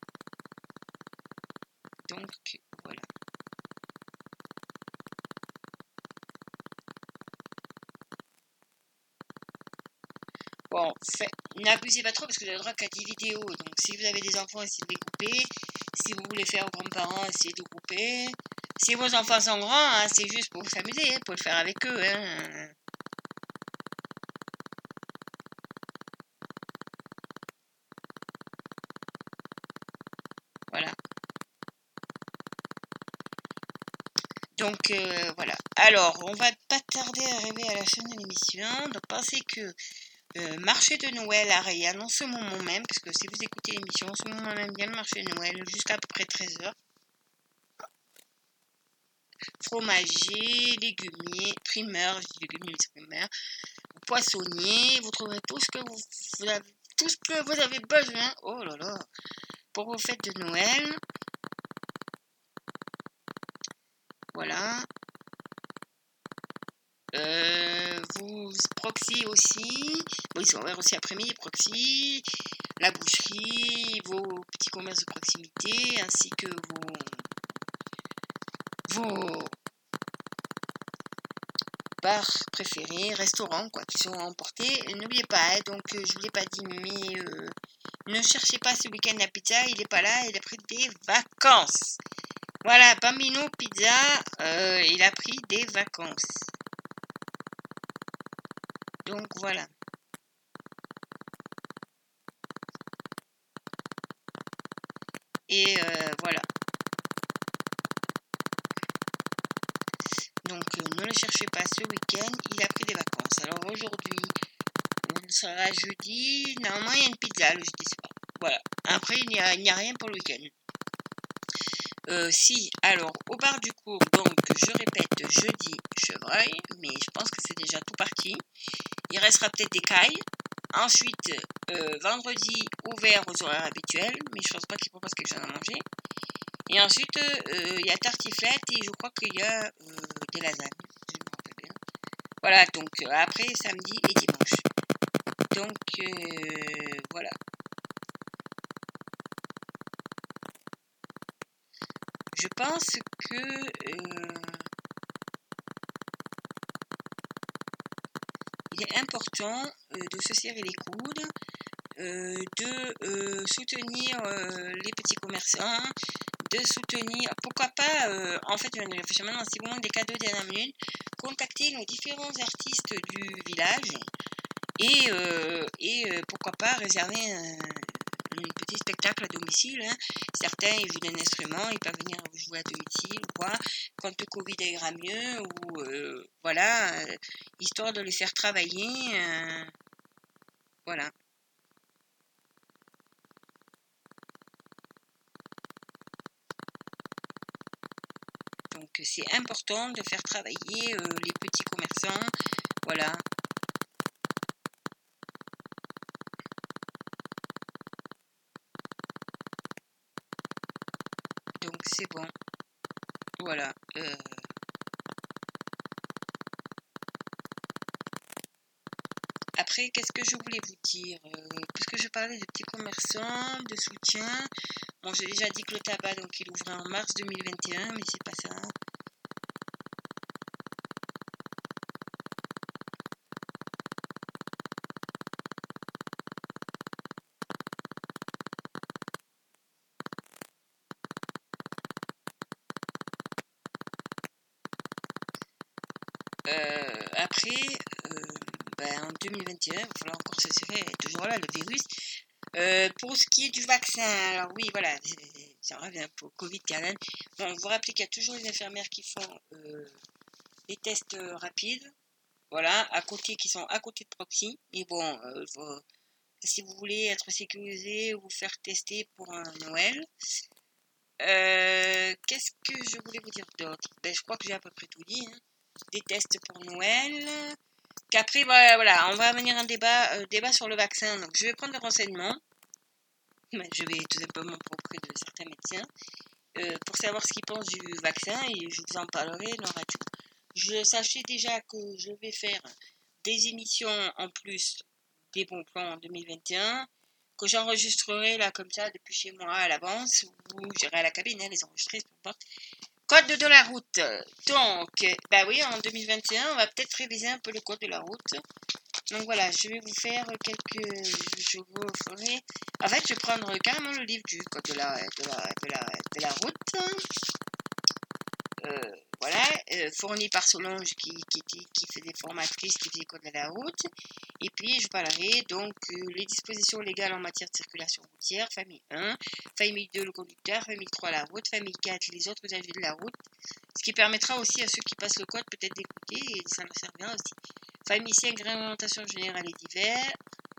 Donc, voilà. Bon, n'abusez pas trop parce que vous avez le droit qu'à 10 vidéos. Donc, si vous avez des enfants, essayez de les couper. Si vous voulez faire aux grands-parents, essayez de couper. Si vos enfants sont grands, hein, c'est juste pour vous amuser, hein, pour le faire avec eux. Hein. Voilà. Donc, voilà. Alors, on va pas tarder à arriver à la fin de l'émission. Donc, pensez que marché de Noël à Rayanne en ce moment même, parce que si vous écoutez l'émission, en ce moment même, bien le marché de Noël, jusqu'à peu près 13h. Fromager, légumier, primeur, légumier, primeur, poissonnier, vous trouverez tout ce que vous avez besoin. Oh là là, pour vos fêtes de Noël. Voilà. Vous proxy aussi. Bon, ils sont ouverts aussi après-midi, proxy, la boucherie, vos petits commerces de proximité, ainsi que vos bars préférés, restaurants, quoi, qui sont emportés. N'oubliez pas, hein, donc je vous l'ai pas dit, mais ne cherchez pas ce week-end la pizza, il est pas là, il a pris des vacances. Voilà, Bambino Pizza, il a pris des vacances. Donc voilà. Et voilà. Donc ne le cherchez pas ce week-end, il a pris des vacances. Alors aujourd'hui, on sera jeudi. Normalement, il y a une pizza le jeudi soir. Voilà. Après, il n'y a rien pour le week-end. Si, alors, au bar du cours, donc, je répète, jeudi, chevreuil, mais je pense que c'est déjà tout parti. Il restera peut-être des cailles. Ensuite, vendredi, ouvert aux horaires habituels, mais je pense pas qu'ils proposent quelque chose à manger. Et ensuite, il y a tartiflette et je crois qu'il y a des lasagnes, si je me rappelle bien. Voilà, donc après, samedi et dimanche. Donc, voilà. Je pense que il est important de se serrer les coudes, de soutenir les petits commerçants, de soutenir, pourquoi pas, en fait, je viens de réfléchir maintenant, si vous manquez des cadeaux dernière minute, contacter nos différents artistes du village et pourquoi pas réserver un petit spectacle à domicile. Hein. Certains, ils jouent d'un instrument, ils peuvent venir jouer à domicile ou quoi, quand le Covid ira mieux, ou voilà, histoire de les faire travailler. Voilà. Donc c'est important de faire travailler les petits commerçants. Voilà. Donc c'est bon. Voilà. Après, qu'est-ce que je voulais vous dire puisque je parlais de petits commerçants, de soutien. Bon, j'ai déjà dit que le tabac, donc, il ouvrait en mars 2021, mais c'est pas ça. Après, en 2021, il va falloir encore se serrer, toujours là, le virus. Pour ce qui est du vaccin, alors oui, voilà, ça revient pour Covid quand même. Bon, vous rappelez qu'il y a toujours les infirmières qui font les tests rapides, voilà, qui sont à côté de Proxy. Et bon, si vous voulez être sécurisé ou vous faire tester pour un Noël. Qu'est-ce que je voulais vous dire d'autre? Je crois que j'ai à peu près tout dit, hein. Des tests pour Noël. Qu'après, voilà, on va mener un débat sur le vaccin. Donc, je vais prendre des renseignements. Je vais tout simplement auprès de certains médecins pour savoir ce qu'ils pensent du vaccin et je vous en parlerai dans la radio. Sachez déjà que je vais faire des émissions en plus des bons plans en 2021 que j'enregistrerai là comme ça depuis chez moi à l'avance ou j'irai à la cabine les enregistrer, peu importe. Code de la route. Donc, bah oui, en 2021, on va peut-être réviser un peu le code de la route. Donc voilà, je vais vous faire je vous ferai. En fait, je vais prendre carrément le livre du code de la route. Voilà, fourni par Solange qui faisait formatrice, qui faisait code de la route. Et puis, je parlerai donc les dispositions légales en matière de circulation routière, famille 1, famille 2, le conducteur, famille 3, la route, famille 4, les autres usagers de la route. Ce qui permettra aussi à ceux qui passent le code peut-être d'écouter et ça leur servira aussi. Famille 5, réglementation générale et divers.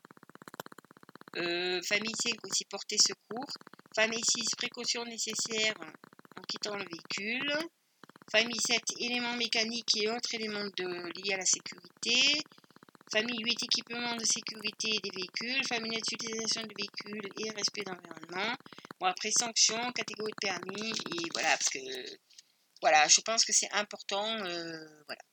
Famille 5 aussi, portée secours. Famille 6, précautions nécessaires en quittant le véhicule. Famille 7, éléments mécaniques et autres éléments liés à la sécurité. Famille 8, équipement de sécurité des véhicules. Famille 9, utilisation de véhicules et respect d'environnement. Bon, après, sanctions, catégorie de permis. Et voilà, parce que, voilà, je pense que c'est important. Voilà.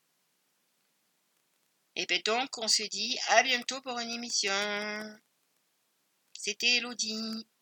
Et bien donc, on se dit à bientôt pour une émission. C'était Elodie.